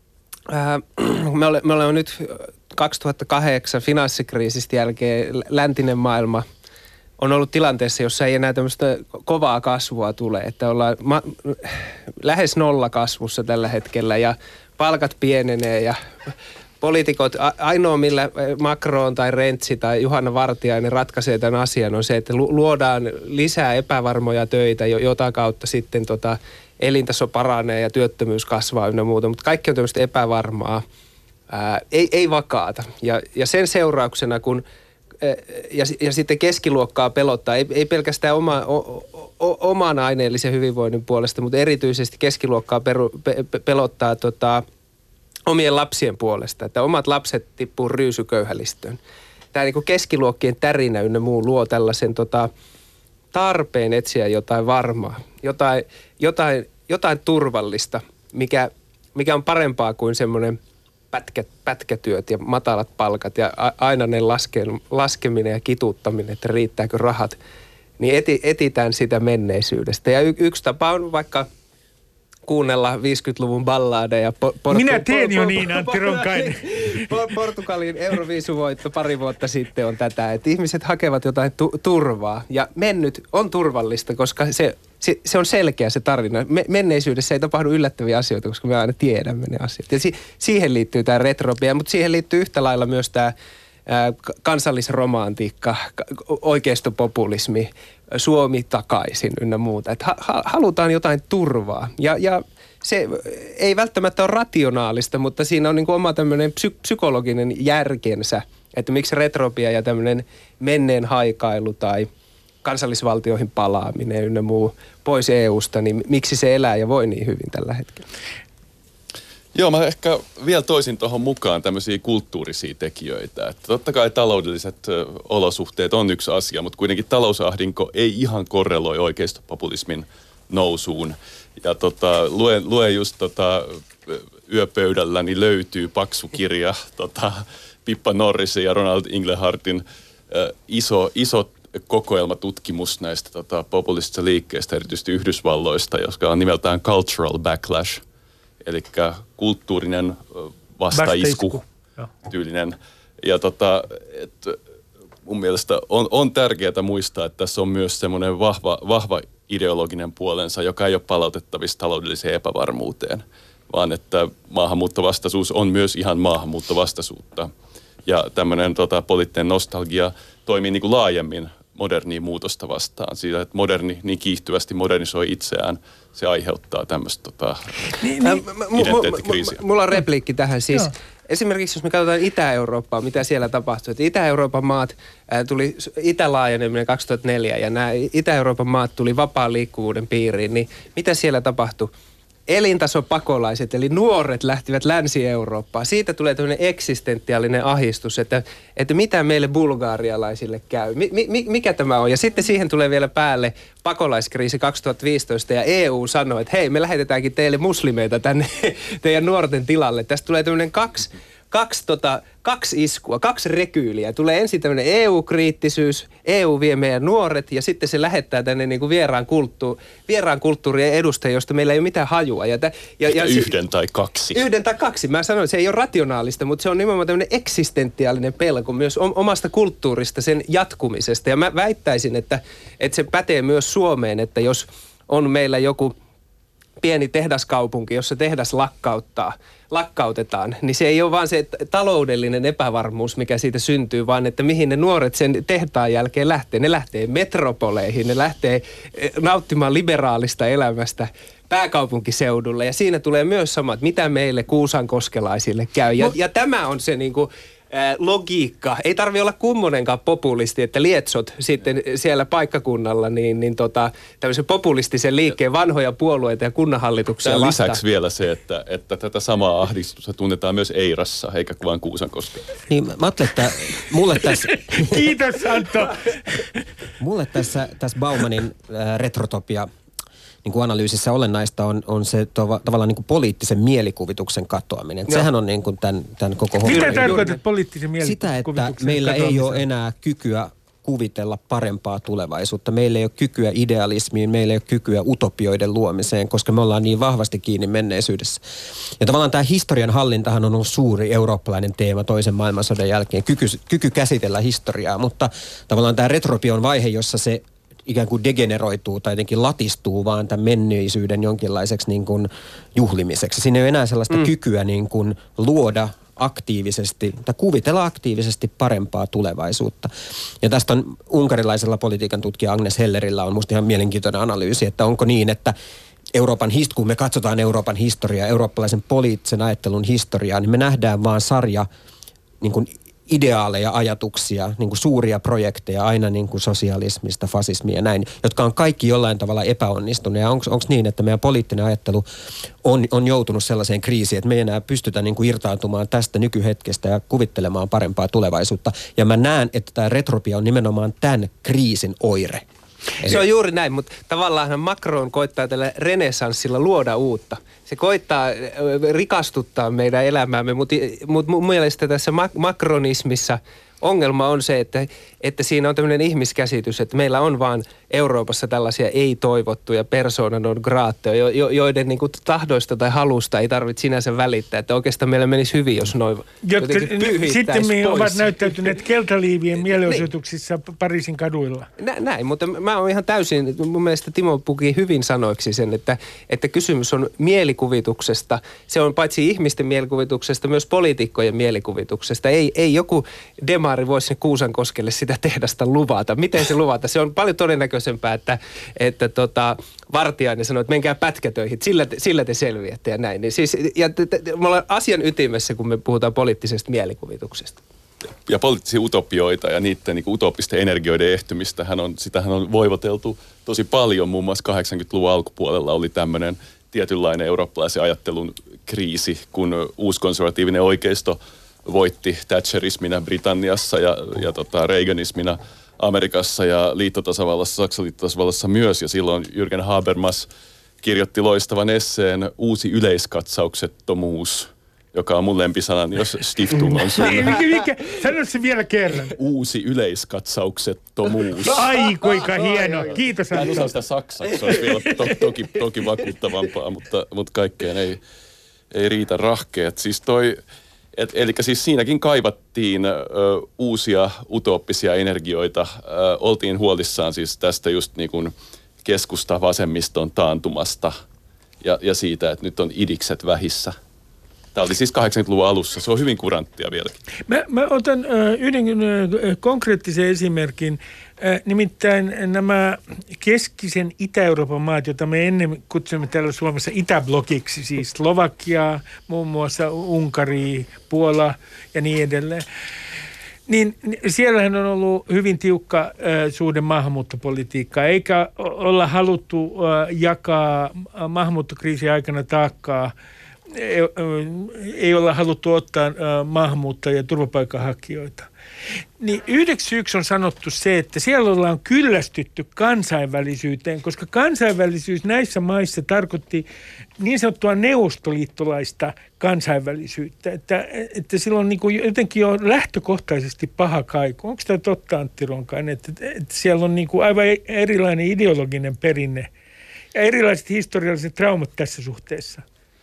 äh, me, ole, me olemme nyt kaksituhattakahdeksan finanssikriisistä jälkeen läntinen maailma on ollut tilanteessa, jossa ei enää tämmöistä kovaa kasvua tule, että ollaan ma- lähes nolla kasvussa tällä hetkellä ja palkat pienenee ja poliitikot, a- ainoa millä Macron tai Rentsi tai Juhana Vartiainen ratkaisee tämän asian on se, että lu- luodaan lisää epävarmoja töitä, jota kautta sitten tota elintaso paranee ja työttömyys kasvaa ynnä muuta, mutta kaikki on tämmöistä epävarmaa, ää, ei, ei vakaata ja, ja sen seurauksena kun Ja, ja sitten keskiluokkaa pelottaa, ei, ei pelkästään oma, o, o, oman aineellisen hyvinvoinnin puolesta, mutta erityisesti keskiluokkaa peru, pe, pelottaa tota, omien lapsien puolesta, että omat lapset tippuu ryysyköyhälistöön. Tämä niin kuin keskiluokkien tärinä ynnä muu luo tällaisen tota, tarpeen etsiä jotain varmaa, jotain, jotain, jotain turvallista, mikä, mikä on parempaa kuin semmoinen Pätkä, pätkätyöt ja matalat palkat ja a, aina ne laske, laskeminen ja kituuttaminen, että riittääkö rahat, niin eti, etitään sitä menneisyydestä. Ja y, yksi tapa on vaikka kuunnella viisikymmentäluvun balladeja. Por, Minä teen por, jo por, niin, Antti Ronkainen. Por, Portugalin Euroviisuvoitto pari vuotta sitten on tätä, että ihmiset hakevat jotain tu, turvaa ja mennyt on turvallista, koska se Se, se on selkeä se tarina. Me, menneisyydessä ei tapahdu yllättäviä asioita, koska me aina tiedämme ne asiat. Ja si, siihen liittyy tämä retropia, mutta siihen liittyy yhtä lailla myös tämä ää, kansallisromantiikka, oikeistopopulismi, Suomi takaisin ynnä muuta. Että ha, halutaan jotain turvaa. Ja, ja se ei välttämättä ole rationaalista, mutta siinä on niin kuin oma tämmöinen psy, psykologinen järkensä, että miksi retropia ja tämmöinen menneen haikailu tai kansallisvaltioihin palaaminen ynnä muu pois E U:sta, niin miksi se elää ja voi niin hyvin tällä hetkellä? Joo, mä ehkä vielä toisin tuohon mukaan tämmöisiä kulttuurisia tekijöitä. Että totta kai taloudelliset olosuhteet on yksi asia, mutta kuitenkin talousahdinko ei ihan korreloi oikeistopopulismin nousuun. Ja tota, luen, luen just tota, yöpöydälläni löytyy paksu kirja tota, Pippa Norrisin ja Ronald Inglehartin äh, iso, iso kokoelmatutkimus näistä tota, populistisista liikkeistä, erityisesti Yhdysvalloista, joka on nimeltään Cultural Backlash, eli kulttuurinen vastaisku tyylinen. Ja tota, et, mun mielestä on, on tärkeää muistaa, että tässä on myös semmoinen vahva, vahva ideologinen puolensa, joka ei ole palautettavissa taloudelliseen epävarmuuteen, vaan että maahanmuuttovastaisuus on myös ihan maahanmuuttovastaisuutta. Ja tämmöinen tota, poliittinen nostalgia toimii niin kuin laajemmin modernia muutosta vastaan. Siitä, että moderni niin kiihtyvästi modernisoi itseään, se aiheuttaa tämmöistä tota, niin, niin. identiteettikriisiä. Mulla on repliikki tähän siis. Joo. Esimerkiksi jos me katsotaan Itä-Eurooppaa, mitä siellä tapahtui. Että Itä-Euroopan maat ää, tuli itälaajeneminen kaksituhattaneljä ja nämä Itä-Euroopan maat tuli vapaan liikkuvuuden piiriin, niin mitä siellä tapahtui? Elintasopakolaiset, eli nuoret lähtivät Länsi-Eurooppaan. Siitä tulee tämmöinen eksistentiaalinen ahdistus, että, että mitä meille bulgaarialaisille käy. Mi, mi, mikä tämä on? Ja sitten siihen tulee vielä päälle pakolaiskriisi kaksituhattaviisitoista ja E U sanoi, että hei, me lähetetäänkin teille muslimeita tänne teidän nuorten tilalle. Tästä tulee tämmöinen kaksi... Kaksi, tota, kaksi iskua, kaksi rekyyliä. Tulee ensin tämmöinen E U-kriittisyys, E U vie meidän nuoret ja sitten se lähettää tänne niin kuin vieraan, kulttuur, vieraan kulttuurien edustajia, josta meillä ei ole mitään hajua. Ja, tä, ja, ja yhden si- tai kaksi. Yhden tai kaksi. Mä sanoin, että se ei ole rationaalista, mutta se on nimenomaan tämmöinen eksistentiaalinen pelko myös omasta kulttuurista, sen jatkumisesta. Ja mä väittäisin, että, että se pätee myös Suomeen, että jos on meillä joku pieni tehdaskaupunki, jossa tehdas lakkauttaa, lakkautetaan, niin se ei ole vaan se taloudellinen epävarmuus, mikä siitä syntyy, vaan että mihin ne nuoret sen tehtaan jälkeen lähtee. Ne lähtee metropoleihin, ne lähtee nauttimaan liberaalista elämästä pääkaupunkiseudulle ja siinä tulee myös sama, että mitä meille kuusankoskelaisille käy. Ja, ja tämä on se niinku logiikka. Ei tarvitse olla kummonenkaan populisti, että lietsot sitten siellä paikkakunnalla niin, niin tota, tämmöisen populistisen liikkeen vanhoja puolueita ja kunnanhallituksia vastaan. Tämän lisäksi vielä se, että, että tätä samaa ahdistusta tunnetaan myös Eirassa, eikä vain Kuusankoskella. Niin, mä ajattelin, että mulle tässä... Kiitos, Antto! mulle tässä, tässä Baumanin äh, retrotopia niin kuin analyysissä olennaista on, on se tova, tavallaan niin kuin poliittisen mielikuvituksen katoaminen. Sehän on niin kuin tämän, tämän koko homman. Mitä tarkoitat poliittisen mielikuvituksen Sitä, että meillä ei ole enää kykyä kuvitella parempaa tulevaisuutta. Meillä ei ole kykyä idealismiin, meillä ei ole kykyä utopioiden luomiseen, koska me ollaan niin vahvasti kiinni menneisyydessä. Ja tavallaan tämä historian hallintahan on ollut suuri eurooppalainen teema toisen maailmansodan jälkeen. Kyky, kyky käsitellä historiaa, mutta tavallaan tämä retropia on vaihe, jossa se ikään kuin degeneroituu tai jotenkin latistuu vaan tämän menneisyyden jonkinlaiseksi niin kuin juhlimiseksi. Siinä ei ole enää sellaista mm. kykyä niin kuin luoda aktiivisesti tai kuvitella aktiivisesti parempaa tulevaisuutta. Ja tästä on unkarilaisella politiikan tutkija Agnes Hellerillä on musta ihan mielenkiintoinen analyysi, että onko niin, että Euroopan, kun me katsotaan Euroopan historiaa, eurooppalaisen poliittisen ajattelun historiaa, niin me nähdään vaan sarja niin kuin ideaaleja, ajatuksia, niin kuin suuria projekteja, aina niin kuin sosialismista, fasismia ja näin, jotka on kaikki jollain tavalla epäonnistuneet. Ja onko niin, että meidän poliittinen ajattelu on, on joutunut sellaiseen kriisiin, että me ei enää pystytä niin kuin irtaantumaan tästä nykyhetkestä ja kuvittelemaan parempaa tulevaisuutta. Ja mä näen, että tämä retropia on nimenomaan tämän kriisin oire. Eli se on juuri näin, mutta tavallaan Macron koittaa tällä renessanssilla luoda uutta. Se koittaa rikastuttaa meidän elämäämme, mutta, mutta mun mielestä tässä Macronismissa ongelma on se, että, että siinä on tämmöinen ihmiskäsitys, että meillä on vaan Euroopassa tällaisia ei-toivottuja persona non gratae, jo, joiden niin kuin tahdoista tai halusta ei tarvitse sinänsä välittää, että oikeastaan meillä menisi hyvin, jos noin jotenkin pyyhittäisi sitten me pois. Ovat näyttäytyneet keltaliivien mielenosoituksissa niin. Pariisin kaduilla. Nä, näin, mutta mä oon ihan täysin, mun mielestä Timo puki hyvin sanoiksi sen, että, että kysymys on mielikuvituksesta. Se on paitsi ihmisten mielikuvituksesta, myös poliitikkojen mielikuvituksesta. Ei, ei joku demaari voisi Kuusankoskelle sitä tehdasta luvata. Miten se luvata? Se on paljon todennäköisempää, että, että tota, Vartiainen sanoo, että menkää pätkätöihin, sillä te, sillä te selviätte ja näin. Niin siis, ja te, te, me ollaan asian ytimessä, kun me puhutaan poliittisesta mielikuvituksesta. Ja poliittisia utopioita ja niiden niin kuin utopisten energioiden ehtymistä, on, sitähän on voivoteltu tosi paljon. Muun muassa kahdeksankymmentäluvun alkupuolella oli tämmöinen tietynlainen eurooppalaisen ajattelun kriisi, kun uuskonservatiivinen oikeisto voitti Thatcherismina Britanniassa ja, ja tota Reaganismina Amerikassa ja liittotasavallassa, Saksan liittotasavallassa myös. Ja silloin Jürgen Habermas kirjoitti loistavan esseen Uusi yleiskatsauksettomuus, joka on mun lempisanani, jos Stiftung on sun. Mikä, mikä? Sano se vielä kerran. Uusi yleiskatsauksettomuus. Ai, kuinka hieno. Kiitos, Mä en Antto. osaa sitä saksaksi, se olisi vielä to, toki, toki vakuuttavampaa, mutta, mutta kaikkeen ei, ei riitä rahkeet. Siis toi, et, eli siis siinäkin kaivattiin ö, uusia utooppisia energioita. Ö, oltiin huolissaan siis tästä just niin kuin keskusta-vasemmiston taantumasta ja, ja siitä, että nyt on idikset vähissä. Tämä oli siis kahdeksankymmentäluvun alussa. Se on hyvin kuranttia vieläkin. Mä, mä otan äh, yhden äh, konkreettisen esimerkin. Äh, nimittäin nämä keskisen Itä-Euroopan maat, joita me ennen kutsumme täällä Suomessa Itäblokiksi, siis Slovakia, muun muassa Unkari, Puola ja niin edelleen. Niin siellähän on ollut hyvin tiukka äh, suhde maahanmuuttopolitiikkaa, eikä olla haluttu äh, jakaa maahanmuuttokriisin aikana taakkaa. Ei, ei olla haluttu ottaa maahanmuuttajia ja turvapaikanhakijoita. Niin yhdeksi syyksi on sanottu se, että siellä ollaan kyllästytty kansainvälisyyteen, koska kansainvälisyys näissä maissa tarkoitti niin sanottua neuvostoliittolaista kansainvälisyyttä, että, että sillä on niin kuin jotenkin jo lähtökohtaisesti paha kaiku. Onko tämä totta, Antti Ronkainen, että, että siellä on niin kuin aivan erilainen ideologinen perinne ja erilaiset historialliset traumat tässä suhteessa?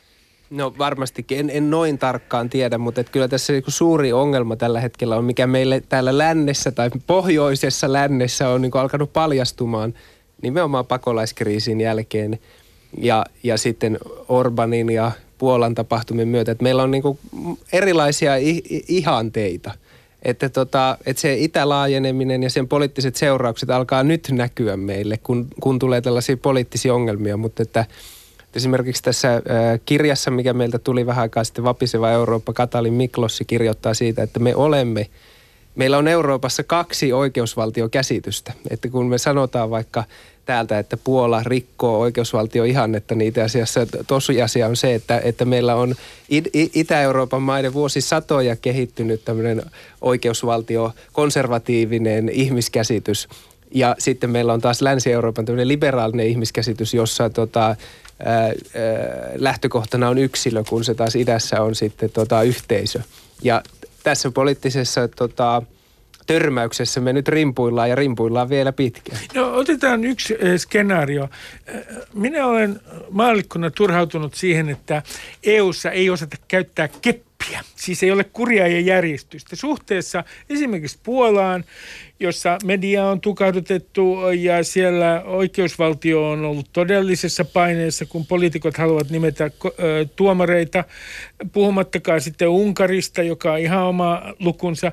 No varmastikin, en, en noin tarkkaan tiedä, mutta et kyllä tässä niinku suuri ongelma tällä hetkellä on, mikä meille täällä lännessä tai pohjoisessa lännessä on niinku alkanut paljastumaan nimenomaan pakolaiskriisin jälkeen ja, ja sitten Orbanin ja Puolan tapahtumien myötä, että meillä on niinku erilaisia i, i, ihanteita. Että tota, et se itälaajeneminen ja sen poliittiset seuraukset alkaa nyt näkyä meille, kun, kun tulee tällaisia poliittisia ongelmia, mutta että esimerkiksi tässä kirjassa, mikä meiltä tuli vähän aikaa sitten, Vapiseva Eurooppa, Katalin Miklossi kirjoittaa siitä, että me olemme, meillä on Euroopassa kaksi oikeusvaltiokäsitystä. Että kun me sanotaan vaikka täältä, että Puola rikkoo oikeusvaltioihannetta, niin itse asiassa tosiasia on se, että, että meillä on Itä-Euroopan maiden vuosisatoja kehittynyt tämmöinen oikeusvaltio, konservatiivinen ihmiskäsitys. Ja sitten meillä on taas Länsi-Euroopan tämmöinen liberaalinen ihmiskäsitys, jossa tota, ää, ää, lähtökohtana on yksilö, kun se taas idässä on sitten tota, yhteisö. Ja tässä poliittisessa tota, törmäyksessä me nyt rimpuillaan ja rimpuillaan vielä pitkään. No otetaan yksi äh, skenaario. Minä olen maallikkona turhautunut siihen, että E U:ssa ei osata käyttää keppiä. Siis ei ole kuria ja järjestystä. Suhteessa esimerkiksi Puolaan, jossa media on tukahdutettu ja siellä oikeusvaltio on ollut todellisessa paineessa, kun poliitikot haluavat nimetä tuomareita, puhumattakaan sitten Unkarista, joka on ihan oma lukunsa.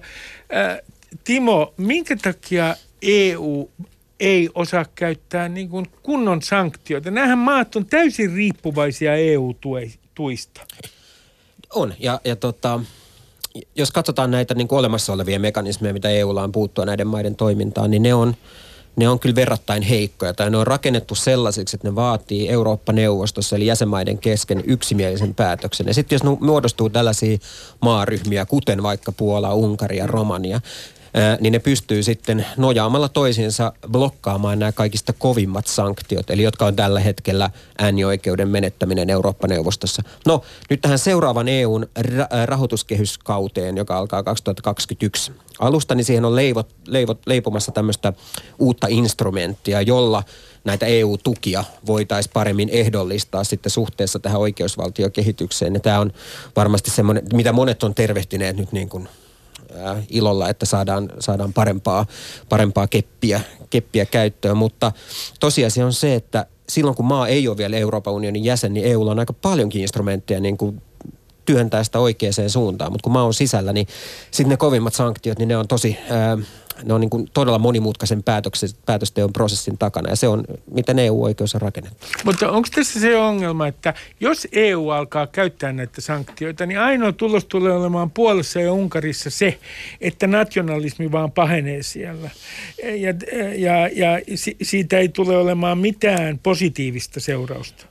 Timo, minkä takia E U ei osaa käyttää niin kuin kunnon sanktioita? Nämähän maat on täysin riippuvaisia E U-tuista. On, ja, ja tota, jos katsotaan näitä niin kuin olemassa olevia mekanismeja, mitä E U:lla on puuttua näiden maiden toimintaan, niin ne on, ne on kyllä verrattain heikkoja. Tai ne on rakennettu sellaisiksi, että ne vaatii Eurooppa-neuvostossa, eli jäsenmaiden kesken yksimielisen päätöksen. Ja sitten jos muodostuu tällaisia maaryhmiä, kuten vaikka Puola, Unkari ja Romania, niin ne pystyy sitten nojaamalla toisiinsa blokkaamaan nämä kaikista kovimmat sanktiot, eli jotka on tällä hetkellä äänioikeuden menettäminen Eurooppa-neuvostossa. No, nyt tähän seuraavan E U:n ra- rahoituskehyskauteen, joka alkaa kaksituhattakaksikymmentäyksi alusta, niin siihen on leivot, leivot, leipomassa tämmöistä uutta instrumenttia, jolla näitä E U-tukia voitaisiin paremmin ehdollistaa sitten suhteessa tähän oikeusvaltiokehitykseen. Ja tämä on varmasti semmoinen, mitä monet on tervehtineet nyt niin kuin ilolla, että saadaan, saadaan parempaa, parempaa keppiä, keppiä käyttöön, mutta tosiasia on se, että silloin kun maa ei ole vielä Euroopan unionin jäsen, niin E U:lla on aika paljonkin instrumentteja niin kuin työntää sitä oikeaan suuntaan, mutta kun maa on sisällä, niin sitten ne kovimmat sanktiot, niin ne on tosi, ää, ne on niin kuin todella monimutkaisen päätösteon prosessin takana, ja se on, miten E U-oikeus on rakennettu. Mutta onko tässä se ongelma, että jos E U alkaa käyttää näitä sanktioita, niin ainoa tulos tulee olemaan Puolassa ja Unkarissa se, että nationalismi vaan pahenee siellä. Ja, ja, ja siitä ei tule olemaan mitään positiivista seurausta.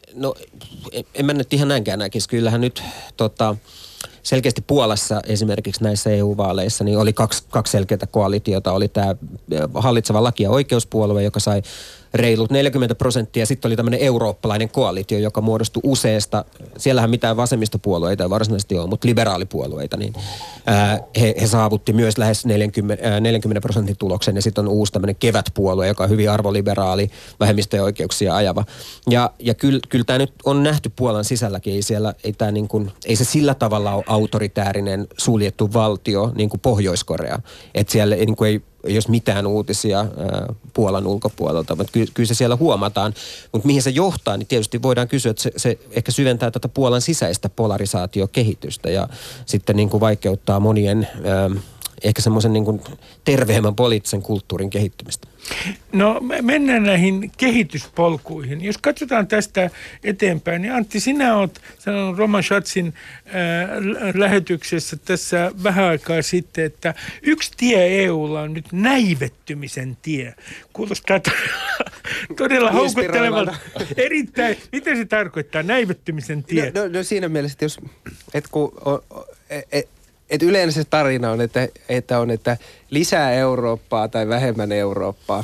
no en, en mä nyt ihan näinkään näkisi. Kyllähän nyt tota, selkeästi Puolassa esimerkiksi näissä E U-vaaleissa niin oli kaksi, kaksi selkeää koalitiota. Oli tämä hallitseva laki- ja oikeuspuolue, joka sai reilut neljäkymmentä prosenttia. Sitten oli tämmöinen eurooppalainen koalitio, joka muodostui useasta. Siellähän mitään vasemmistopuolueita ei varsinaisesti ole, mutta liberaalipuolueita. Niin, ää, he, he saavutti myös lähes neljäkymmentä, neljäkymmentä prosentin tuloksen. Ja sitten on uusi tämmöinen kevätpuolue, joka on hyvin arvoliberaali, vähemmistöjen oikeuksia ajava. Ja, ja kyllä kyl tämä nyt on nähty Puolan sisälläkin. Ei, siellä, ei, tää niin kuin, ei se sillä tavalla ole autoritäärinen suljettu valtio niin kuin Pohjois-Korea. Että siellä niin kuin ei jos mitään uutisia ää, Puolan ulkopuolelta, mutta ky- kyllä se siellä huomataan. Mutta mihin se johtaa, niin tietysti voidaan kysyä, että se, se ehkä syventää tätä Puolan sisäistä polarisaatiokehitystä ja sitten niin kuin vaikeuttaa monien ää, ehkä semmoisen niin kuin terveemmän poliittisen kulttuurin kehittymistä. No mennään näihin kehityspolkuihin. Jos katsotaan tästä eteenpäin, niin Antti, sinä olet sanonut Roman Schatzin äh, lähetyksessä tässä vähän aikaa sitten, että yksi tie E U:lla on nyt näivettymisen tie. Kuulostaa todella, todella houkuttelevalta. Erittäin. Mitä se tarkoittaa, näivettymisen tie? No, no, no siinä mielessä, että jos, et kun on, et, et yleensä se tarina on, että, että on, että lisää Eurooppaa tai vähemmän Eurooppaa.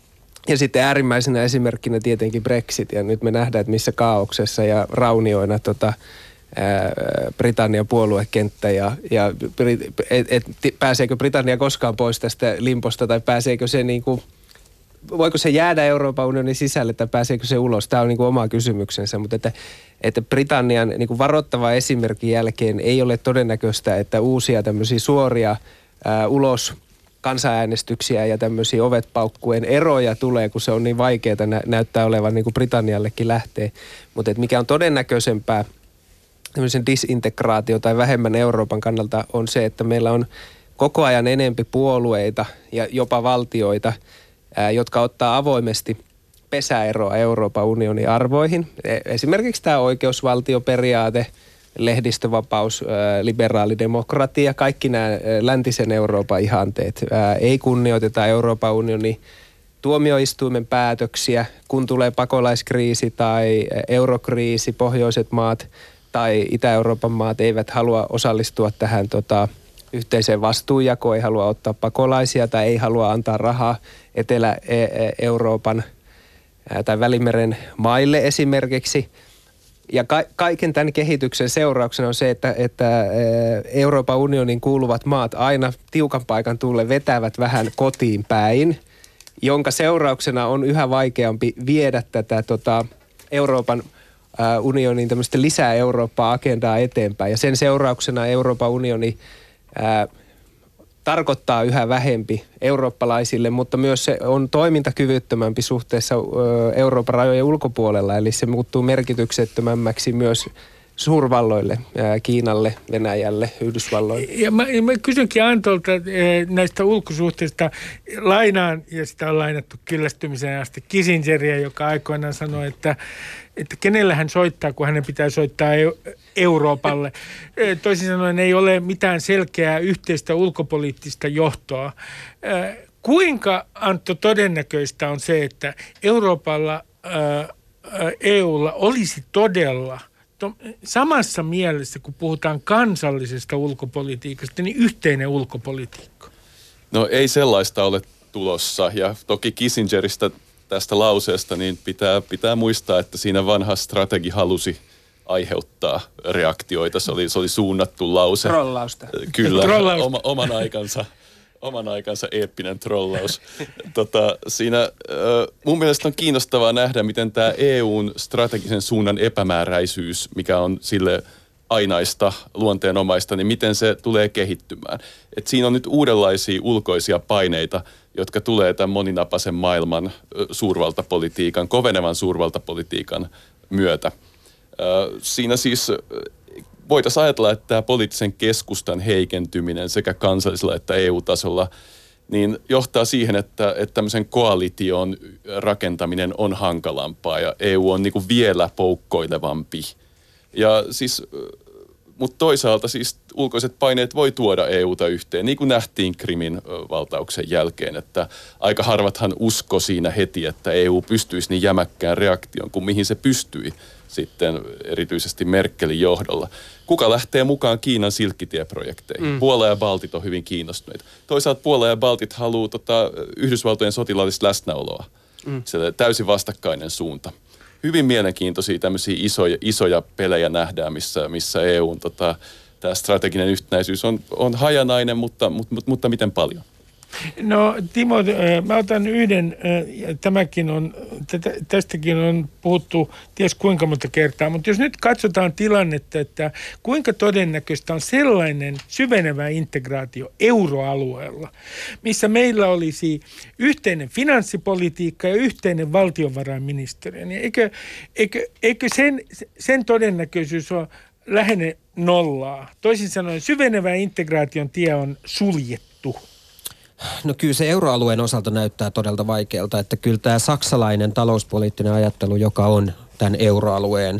Ja sitten äärimmäisenä esimerkkinä tietenkin Brexit. Ja nyt me nähdään, että missä kaauksessa ja raunioina tota, ää, Britannian puoluekenttä ja, ja et, et, pääseekö Britannia koskaan pois tästä limposta tai pääseekö se niin kuin, voiko se jäädä Euroopan unionin sisälle tai pääseekö se ulos? Tämä on niin kuin oma kysymyksensä, mutta että, että Britannian niin kuin varoittava esimerkin jälkeen ei ole todennäköistä, että uusia tämmöisiä suoria ää, ulos kansanäänestyksiä ja tämmöisiä ovet paukkuen eroja tulee, kun se on niin vaikeaa nä- näyttää olevan niin kuin Britanniallekin lähtee. Mutta että mikä on todennäköisempää tämmöisen disintegraatio tai vähemmän Euroopan kannalta on se, että meillä on koko ajan enempi puolueita ja jopa valtioita, ää, jotka ottaa avoimesti pesäeroa Euroopan unionin arvoihin. Esimerkiksi tämä oikeusvaltioperiaate, lehdistövapaus, liberaalidemokratia, kaikki nämä läntisen Euroopan ihanteet. Ei kunnioiteta Euroopan unionin tuomioistuimen päätöksiä, kun tulee pakolaiskriisi tai eurokriisi, pohjoiset maat tai Itä-Euroopan maat eivät halua osallistua tähän tota, yhteiseen vastuunjakoon, ei halua ottaa pakolaisia tai ei halua antaa rahaa Etelä-Euroopan tai Välimeren maille esimerkiksi. Ja ka- kaiken tämän kehityksen seurauksena on se, että, että Euroopan unionin kuuluvat maat aina tiukan paikan tullen vetävät vähän kotiin päin, jonka seurauksena on yhä vaikeampi viedä tätä tota, Euroopan ä, unionin tämmöistä lisää Eurooppaa-agendaa eteenpäin. Ja sen seurauksena Euroopan unioni ä, tarkoittaa yhä vähempi eurooppalaisille, mutta myös se on toimintakyvyttömämpi suhteessa Euroopan rajojen ulkopuolella, eli se muuttuu merkityksettömämmäksi myös suurvalloille, Kiinalle, Venäjälle, Yhdysvalloille. Ja mä, mä kysynkin Antolta näistä ulkosuhteista. Lainaan, ja sitä on lainattu kyllästymiseen asti, Kissingeria, joka aikoinaan sanoi, että, että kenellä hän soittaa, kun hänen pitää soittaa Euroopalle. Toisin sanoen ei ole mitään selkeää yhteistä ulkopoliittista johtoa. Kuinka, Antto, todennäköistä on se, että Euroopalla, E U:lla olisi todella samassa mielessä, kun puhutaan kansallisesta ulkopolitiikasta, niin yhteinen ulkopolitiikka? No ei sellaista ole tulossa. Ja toki Kissingeristä tästä lauseesta niin pitää, pitää muistaa, että siinä vanha strategi halusi aiheuttaa reaktioita. Se oli, se oli suunnattu lause. Trollausta. Kyllä, Trollausta. Oma, oman aikansa. Oman aikansa eeppinen trollaus. Tota, siinä äh, mun mielestä on kiinnostavaa nähdä, miten tämä E U:n strategisen suunnan epämääräisyys, mikä on sille ainaista, luonteenomaista, niin miten se tulee kehittymään. Et siinä on nyt uudenlaisia ulkoisia paineita, jotka tulee tämän moninapaisen maailman äh, suurvaltapolitiikan, kovenevan suurvaltapolitiikan myötä. Äh, siinä siis Äh, voitaisiin ajatella, että tämä poliittisen keskustan heikentyminen sekä kansallisella että E U-tasolla niin johtaa siihen, että, että tämmöisen koalition rakentaminen on hankalampaa ja E U on niin kuin vielä poukkoilevampi. Ja siis Mutta toisaalta siis ulkoiset paineet voi tuoda E U:ta yhteen, niin kuin nähtiin Krimin valtauksen jälkeen, että aika harvathan usko siinä heti, että E U pystyisi niin jämäkkään reaktion kuin mihin se pystyi sitten erityisesti Merkelin johdolla. Kuka lähtee mukaan Kiinan silkkitieprojekteihin? Mm. Puola ja Baltit on hyvin kiinnostuneita. Toisaalta Puola ja Baltit haluaa tota, Yhdysvaltojen sotilaallista läsnäoloa. Mm. Se täysin vastakkainen suunta. Hyvin mielenkiintoisia tämmöisiä isoja, isoja pelejä nähdään, missä, missä E U:n tota, tämä strateginen yhtenäisyys on, on hajanainen, mutta, mutta, mutta miten paljon? No Timo, mä otan yhden, tämäkin on, tästäkin on puhuttu ties kuinka monta kertaa, mutta jos nyt katsotaan tilannetta, että kuinka todennäköistä on sellainen syvenevä integraatio euroalueella, missä meillä olisi yhteinen finanssipolitiikka ja yhteinen valtiovarainministeriö, niin eikö, eikö, eikö sen, sen todennäköisyys ole lähene nollaa? Toisin sanoen syvenevä integraation tie on suljettu. No kyllä se euroalueen osalta näyttää todella vaikealta, että kyllä tämä saksalainen talouspoliittinen ajattelu, joka on tämän euroalueen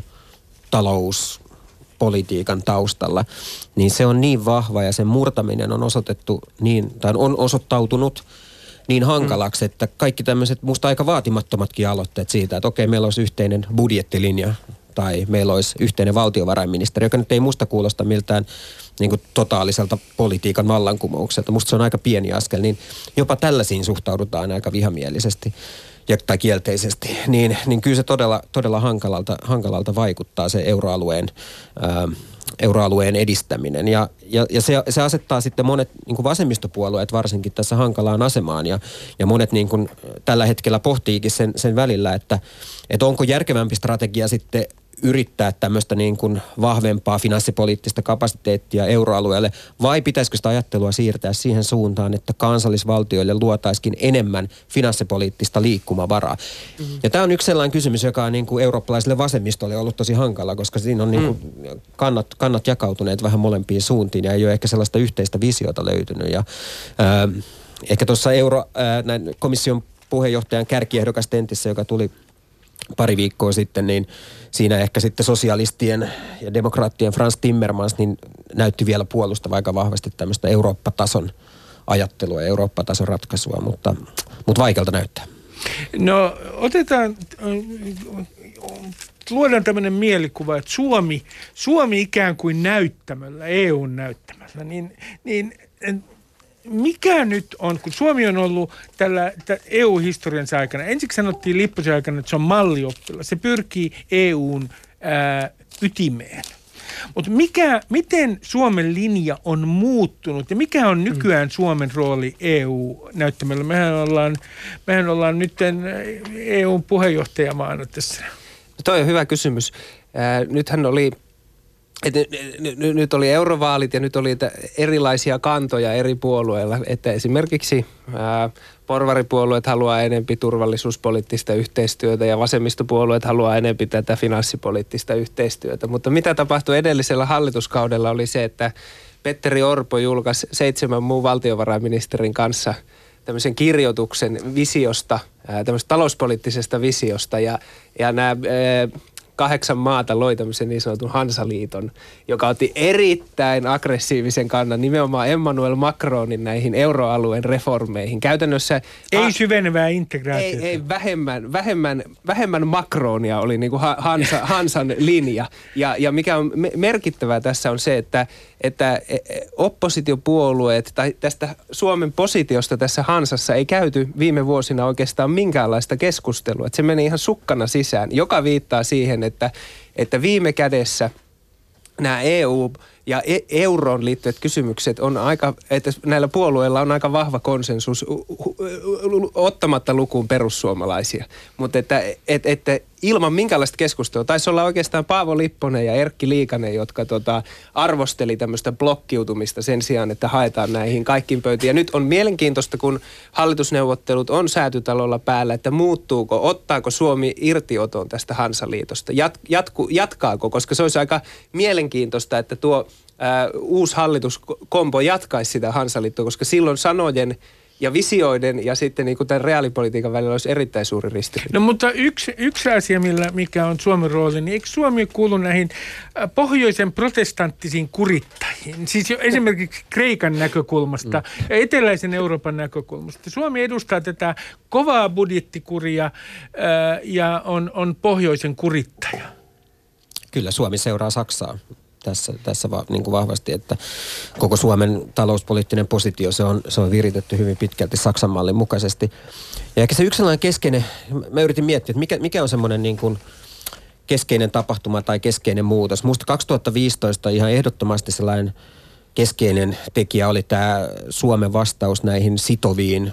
talouspolitiikan taustalla, niin se on niin vahva ja sen murtaminen on osoitettu niin, tai on osoittautunut niin hankalaksi, että kaikki tämmöiset musta aika vaatimattomatkin aloitteet siitä, että okei, meillä olisi yhteinen budjettilinja tai meillä olisi yhteinen valtiovarainministeri, joka nyt ei musta kuulosta miltään niin kuin totaaliselta politiikan vallankumoukselta. Musta se on aika pieni askel, niin jopa tällaisiin suhtaudutaan aika vihamielisesti ja, tai kielteisesti. Niin, niin kyllä se todella, todella hankalalta, hankalalta vaikuttaa se euroalueen, ää, euroalueen edistäminen. Ja, ja, ja se, se asettaa sitten monet niin kuin vasemmistopuolueet varsinkin tässä hankalaan asemaan. Ja, ja monet niin kuin tällä hetkellä pohtiikin sen, sen välillä, että, että onko järkevämpi strategia sitten yrittää tämmöistä niin kuin vahvempaa finanssipoliittista kapasiteettia euroalueelle, vai pitäisikö sitä ajattelua siirtää siihen suuntaan, että kansallisvaltioille luotaisikin enemmän finanssipoliittista liikkumavaraa. Mm-hmm. Ja tämä on yksi sellainen kysymys, joka on niin kuin eurooppalaisille vasemmistolle ollut tosi hankala, koska siinä on niin kuin kannat, kannat jakautuneet vähän molempiin suuntiin ja ei ole ehkä sellaista yhteistä visiota löytynyt. Ja, ää, ehkä tuossa euro, ää, näin komission puheenjohtajan kärkiehdokas tentissä, joka tuli pari viikkoa sitten, niin siinä ehkä sitten sosialistien ja demokraattien Frans Timmermans niin näytti vielä puolustavan aika vahvasti tämmöistä Eurooppa-tason ajattelua ja Eurooppa-tason ratkaisua, mutta, mutta vaikealta näyttää. No otetaan, luodaan tämmöinen mielikuva, että Suomi, Suomi ikään kuin näyttämällä, E U:n näyttämällä, niin, niin mikä nyt on, kun Suomi on ollut tällä E U-historiansa aikana, ensiksi sanottiin Lipposen aikana, että se on mallioppilas, se pyrkii E U:n ää, ytimeen. Mutta mikä, miten Suomen linja on muuttunut ja mikä on nykyään Suomen rooli E U-näyttämällä? Mehän ollaan, mehän ollaan nyt E U:n puheenjohtajamaana tässä. Toi on hyvä kysymys. Äh, nythän oli... Et n- n- nyt oli eurovaalit ja nyt oli erilaisia kantoja eri puolueilla, että esimerkiksi ää, porvaripuolueet haluaa enempi turvallisuuspoliittista yhteistyötä ja vasemmistopuolueet haluaa enempi tätä finanssipoliittista yhteistyötä. Mutta mitä tapahtui edellisellä hallituskaudella oli se, että Petteri Orpo julkaisi seitsemän muun valtiovarainministerin kanssa tämmöisen kirjoituksen visiosta, ää, tämmöisestä talouspoliittisesta visiosta ja, ja nämä... Ää, kahdeksan maata loi tämmöisen niin sanotun Hansaliiton, joka otti erittäin aggressiivisen kannan nimenomaan Emmanuel Macronin näihin euroalueen reformeihin. Käytännössä... Ei syvenevää integraatiota. Ei, ei vähemmän, vähemmän, vähemmän Macronia oli niin kuin Hansa, Hansan linja. Ja, ja mikä on merkittävää tässä on se, että, että oppositiopuolueet tai tästä Suomen positiosta tässä Hansassa ei käyty viime vuosina oikeastaan minkäänlaista keskustelua. Että se meni ihan sukkana sisään, joka viittaa siihen, että, että viime kädessä nämä E U- ja e- euroon liittyvät kysymykset on aika, että näillä puolueilla on aika vahva konsensus ottamatta lukuun perussuomalaisia. Mutta että, että, että ilman minkälaista keskustelua, taisi olla oikeastaan Paavo Lipponen ja Erkki Liikanen, jotka tota, arvosteli tämmöistä blokkiutumista sen sijaan, että haetaan näihin kaikkiin pöytiin. Ja nyt on mielenkiintoista, kun hallitusneuvottelut on Säätytalolla päällä, että muuttuuko, ottaako Suomi irtioton tästä Hansaliitosta, Jat, jatku, jatkaako, koska se olisi aika mielenkiintoista, että tuo ää, uusi hallituskompo jatkaisi sitä Hansaliittoa, koska silloin sanojen ja visioiden ja sitten niin kuin tämän reaalipolitiikan välillä olisi erittäin suuri ristiriita. No mutta yksi, yksi asia, millä, mikä on Suomen rooli, niin eikö Suomi kuulu näihin pohjoisen protestanttisiin kurittajiin? Siis jo esimerkiksi Kreikan näkökulmasta mm. ja eteläisen Euroopan näkökulmasta. Suomi edustaa tätä kovaa budjettikuria ää, ja on, on pohjoisen kurittaja. Kyllä Suomi seuraa Saksaa tässä, tässä va, niin kuin vahvasti, että koko Suomen talouspoliittinen positio, se on, se on viritetty hyvin pitkälti Saksan mallin mukaisesti. Ja ehkä se yksi sellainen keskeinen, mä yritin miettiä, että mikä, mikä on semmoinen niin kuin keskeinen tapahtuma tai keskeinen muutos. Musta kaksituhattaviisitoista ihan ehdottomasti sellainen keskeinen tekijä oli tämä Suomen vastaus näihin sitoviin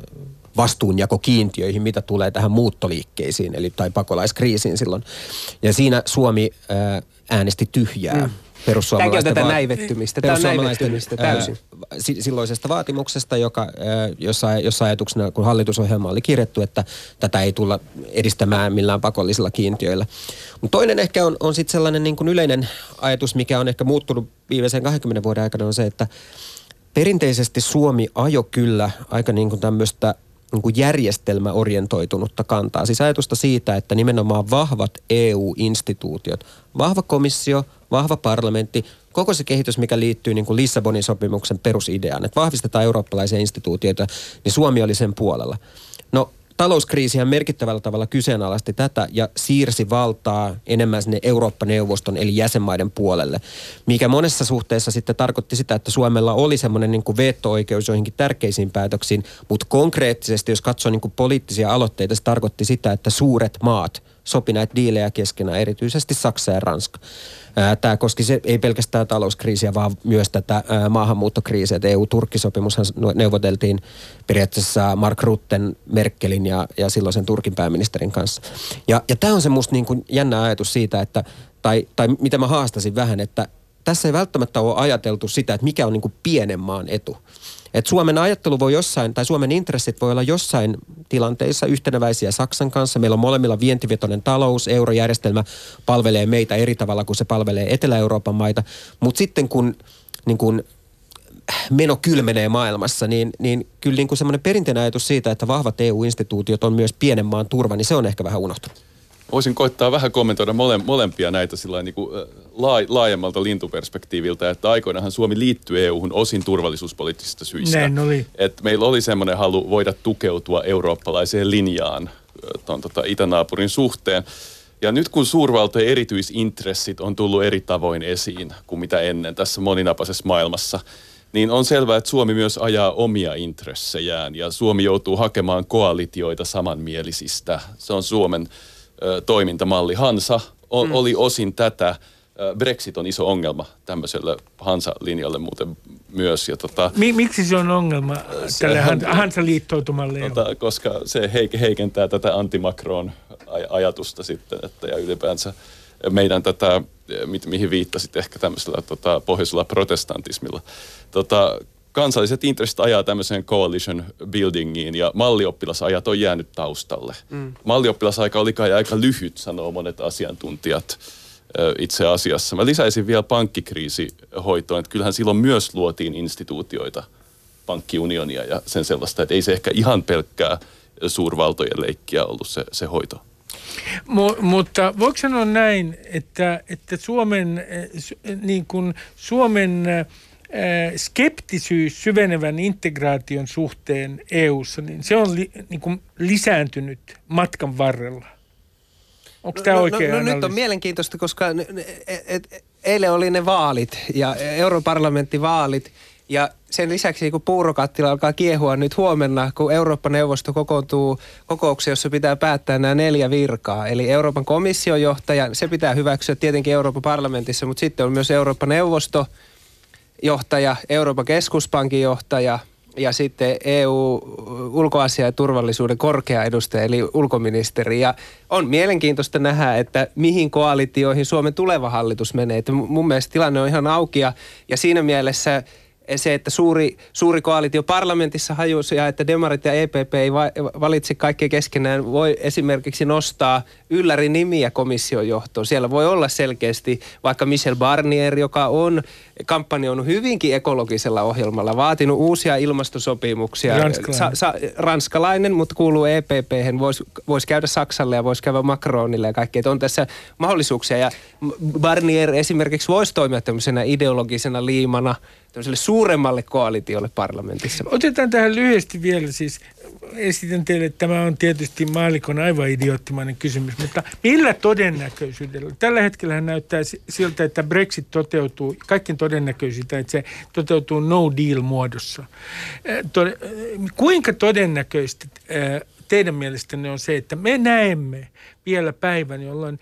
vastuunjakokiintiöihin, mitä tulee tähän muuttoliikkeisiin, eli tai pakolaiskriisiin silloin. Ja siinä Suomi ää, äänesti tyhjää. Mm. Perussuomalaisten Tämäkin on tätä näivettymistä. Tämä on näivettymistä täysin. Ää, silloisesta vaatimuksesta, joka, ää, jossa, jossa ajatuksena, kun hallitusohjelma oli kirjattu, että tätä ei tulla edistämään millään pakollisilla kiintiöillä. Mutta toinen ehkä on, on sitten sellainen niin kuin yleinen ajatus, mikä on ehkä muuttunut viimeisen kahdenkymmenen vuoden aikana, on se, että perinteisesti Suomi ajo kyllä aika niin kuin tämmöistä niin kuin järjestelmäorientoitunutta kantaa. Siis ajatusta siitä, että nimenomaan vahvat E U-instituutiot, vahva komissio, vahva parlamentti, koko se kehitys, mikä liittyy niin kuin Lissabonin sopimuksen perusideaan, että vahvistetaan eurooppalaisia instituutioita, niin Suomi oli sen puolella. No talouskriisihän merkittävällä tavalla kyseenalaisti tätä ja siirsi valtaa enemmän sinne Eurooppa-neuvoston eli jäsenmaiden puolelle, mikä monessa suhteessa sitten tarkoitti sitä, että Suomella oli semmoinen niin kuin veto-oikeus joihinkin tärkeisiin päätöksiin, mutta konkreettisesti, jos katsoo niin kuin poliittisia aloitteita, se tarkoitti sitä, että suuret maat sopi näitä diilejä keskenään, erityisesti Saksa ja Ranska. Tämä koski se ei pelkästään talouskriisiä, vaan myös tätä maahanmuuttokriisiä. E U-Turkki-sopimushan neuvoteltiin periaatteessa Mark Rutten, Merkelin ja, ja silloisen Turkin pääministerin kanssa. Ja, ja tämä on se musta niin kuin jännä ajatus siitä, että, tai, tai mitä mä haastasin vähän, että tässä ei välttämättä ole ajateltu sitä, että mikä on niin kuin pienen maan etu. Että Suomen ajattelu voi jossain, tai Suomen intressit voi olla jossain tilanteissa yhtenäväisiä Saksan kanssa. Meillä on molemmilla vientivetoinen talous, eurojärjestelmä palvelee meitä eri tavalla kuin se palvelee Etelä-Euroopan maita. Mutta sitten kun, niin kun meno kylmenee maailmassa, niin, niin kyllä niin semmoinen perinteinen ajatus siitä, että vahvat E U-instituutiot on myös pienen maan turva, niin se on ehkä vähän unohtunut. Voisin koittaa vähän kommentoida mole, molempia näitä sillain niin kuin laajemmalta lintuperspektiiviltä, että aikoinaanhan Suomi liittyi E U-hun osin turvallisuuspoliittisista syistä. Näin oli. Että meillä oli semmoinen halu voida tukeutua eurooppalaiseen linjaan ton, tota, itänaapurin suhteen. Ja nyt kun suurvaltojen erityisintressit on tullut eri tavoin esiin kuin mitä ennen tässä moninapaisessa maailmassa, niin on selvää, että Suomi myös ajaa omia intressejään ja Suomi joutuu hakemaan koalitioita samanmielisistä. Se on Suomen toimintamalli. Hansa on, mm. oli osin tätä. Brexit on iso ongelma tämmöiselle Hansa-linjalle muuten myös. Ja tota, Miksi se on ongelma tälle Hansa-liittoutumalle? Tota, koska se heikentää tätä anti-Macron-ajatusta sitten, että ja ylipäänsä meidän tätä, mihin viittasit ehkä tämmöisellä tota, pohjoisella protestantismilla. Tota, kansalliset intressit ajaa tämmöiseen coalition buildingiin ja mallioppilasajat on jäänyt taustalle. Mm. Mallioppilasaika oli kai aika lyhyt, sanoo monet asiantuntijat itse asiassa. Mä lisäisin vielä pankkikriisihoitoon, että kyllähän silloin myös luotiin instituutioita, pankkiunionia ja sen sellaista, että ei se ehkä ihan pelkkää suurvaltojen leikkiä ollut se, se hoito. Mu- mutta voiko sanoa näin, että, että Suomen, niin kuin Suomen skeptisyys syvenevän integraation suhteen E U:ssa, niin se on li, niin kuin lisääntynyt matkan varrella. Onko tämä no, oikea no, no, analyysi? nyt on mielenkiintoista, koska et, et, eilen oli ne vaalit ja europarlamenttivaalit ja sen lisäksi kun puurokattila alkaa kiehua nyt huomenna, kun Eurooppa-neuvosto kokoontuu kokoukseen, jossa pitää päättää nämä neljä virkaa. Eli Euroopan komission johtaja, se pitää hyväksyä tietenkin Euroopan parlamentissa, mutta sitten on myös Eurooppa-neuvosto johtaja, Euroopan keskuspankin johtaja ja sitten E U-ulkoasia- ja turvallisuuden korkea edustaja, eli ulkoministeri. Ja on mielenkiintoista nähdä, että mihin koalitioihin Suomen tuleva hallitus menee. Että mun mielestä tilanne on ihan auki ja, ja siinä mielessä se, että suuri, suuri koalitio parlamentissa hajusi ja että demarit ja E P P ei va- valitse kaikkea keskenään, voi esimerkiksi nostaa ylläri nimiä komission johtoon. Siellä voi olla selkeästi vaikka Michel Barnier, joka on kampanjoinut hyvinkin ekologisella ohjelmalla, vaatinut uusia ilmastosopimuksia. Ranskalainen. Sa, sa, ranskalainen, mutta kuuluu E P P:hen, voisi vois käydä Saksalle ja voisi käydä Macronille ja kaikki. Että on tässä mahdollisuuksia. Ja Barnier esimerkiksi voisi toimia tämmöisenä ideologisena liimana tämmöiselle suuremmalle koalitiolle parlamentissa. Otetaan tähän lyhyesti vielä siis. Esitän teille, että tämä on tietysti maallikon aivan idioottimainen kysymys, mutta millä todennäköisyydellä? Tällä hetkellä näyttää siltä, että Brexit toteutuu, kaikkein todennäköisyyttä, että se toteutuu no deal muodossa. Kuinka todennäköistä teidän mielestänne on se, että me näemme vielä päivän, jolloin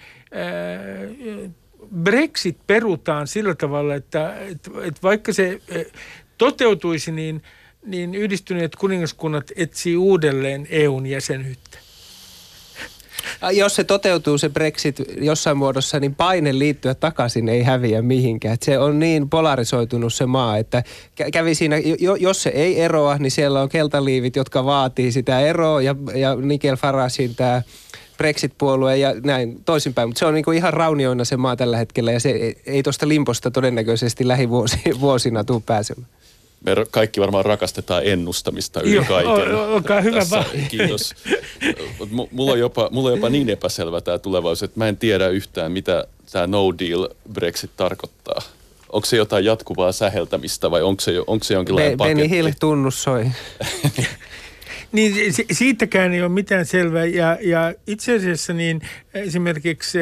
Brexit perutaan sillä tavalla, että, että, että vaikka se toteutuisi, niin niin yhdistyneet kuningaskunnat etsii uudelleen E U:n jäsenyyttä. Jos se toteutuu se Brexit jossain muodossa, niin paine liittyä takaisin ei häviä mihinkään. Se on niin polarisoitunut se maa, että kävi siinä, jos se ei eroa, niin siellä on keltaliivit, jotka vaatii sitä eroa ja, ja Nigel Faragein tämä Brexit-puolue ja näin toisinpäin. Mutta se on niinku ihan raunioina se maa tällä hetkellä ja se ei, ei tuosta limposta todennäköisesti lähivuosina tule pääsemään. Me kaikki varmaan rakastetaan ennustamista yli Joo, kaiken. Olkaa hyvä vaan. Kiitos. Mulla on, jopa, mulla on jopa niin epäselvä tämä tulevaisuus, että mä en tiedä yhtään, mitä tämä no deal Brexit tarkoittaa. Onko se jotain jatkuvaa säheltämistä vai onko se, onko se jonkinlainen Be- paketti? Benny Hill tunnus soi. Niin siitäkään ei ole mitään selvää ja, ja itse asiassa niin esimerkiksi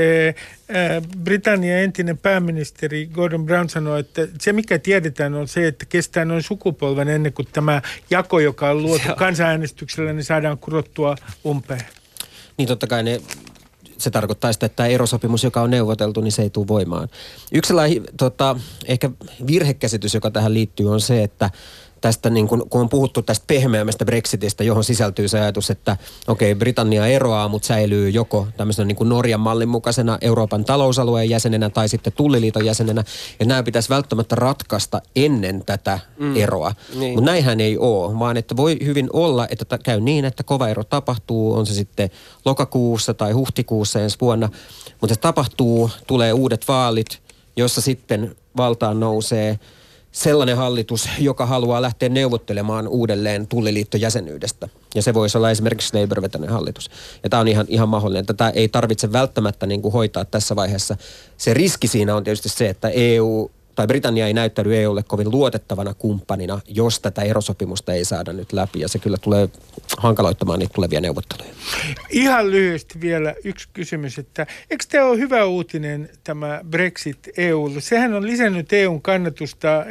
ää, Britannian entinen pääministeri Gordon Brown sanoi, että se mikä tiedetään on se, että kestää noin sukupolven ennen kuin tämä jako, joka on luotu kansanäänestyksellä, niin saadaan kurottua umpeen. Niin totta kai ne, se tarkoittaa sitä, että tämä erosopimus, joka on neuvoteltu, niin se ei tule voimaan. Yksi sellainen tota, ehkä virhekäsitys, joka tähän liittyy, on se, että tästä, niin kun, kun on puhuttu tästä pehmeämmästä Brexitistä, johon sisältyy se ajatus, että okei, okay, Britannia eroaa, mutta säilyy joko tämmöisenä niin kuin Norjan mallin mukaisena Euroopan talousalueen jäsenenä tai sitten Tulliliiton jäsenenä. Ja nämä pitäisi välttämättä ratkaista ennen tätä mm. eroa. Niin. Mutta näinhän ei ole, vaan että voi hyvin olla, että käy niin, että kova ero tapahtuu, on se sitten lokakuussa tai huhtikuussa ensi vuonna. Mutta se tapahtuu, tulee uudet vaalit, jossa sitten valtaan nousee sellainen hallitus, joka haluaa lähteä neuvottelemaan uudelleen Tulliliiton jäsenyydestä. Ja se voisi olla esimerkiksi Labour-vetoinen hallitus. Ja tämä on ihan, ihan mahdollinen. Tätä ei tarvitse välttämättä niin kuin hoitaa tässä vaiheessa. Se riski siinä on tietysti se, että E U tai Britannia ei näyttäydy E U:lle kovin luotettavana kumppanina, jos tätä erosopimusta ei saada nyt läpi. Ja se kyllä tulee hankaloittamaan niitä tulevia neuvotteluja. Ihan lyhyesti vielä yksi kysymys, että eikö tämä ole hyvä uutinen tämä Brexit E U:lle? Sehän on lisännyt E U:n kannatusta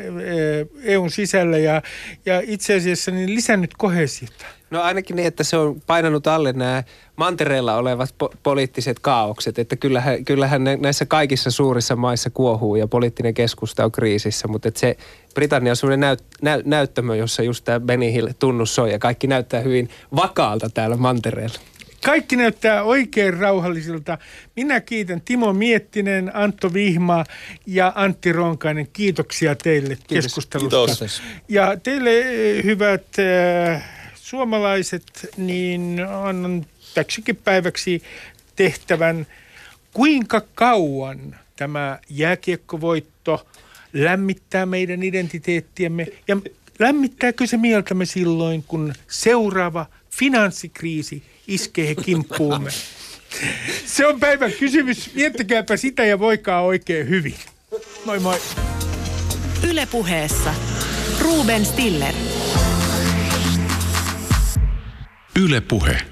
E U:n sisällä ja, ja itse asiassa niin lisännyt koheesiota. No ainakin niin, että se on painanut alle nämä mantereella olevat po- poliittiset kaaokset, että kyllähän, kyllähän ne, näissä kaikissa suurissa maissa kuohuu ja poliittinen keskusta on kriisissä, mutta että se Britannia on semmoinen näyt, näyt, näyttämö, jossa just tämä Benny Hill tunnus soi ja kaikki näyttää hyvin vakaalta täällä mantereella. Kaikki näyttää oikein rauhallisilta. Minä kiitän Timo Miettinen, Antto Vihma ja Antti Ronkainen. Kiitoksia teille Kiitos. keskustelusta. Kiitos. Ja teille hyvät äh, suomalaiset, niin annan täksikin päiväksi tehtävän, kuinka kauan tämä jääkiekkovoitto lämmittää meidän identiteettiämme ja lämmittääkö se mieltämme silloin, kun seuraava finanssikriisi iskee kimppuumme. Se on päivän kysymys. Miettikääpä sitä ja voikaa oikein hyvin. Moi moi. Yle Puheessa Ruben Stiller. Yle Puhe.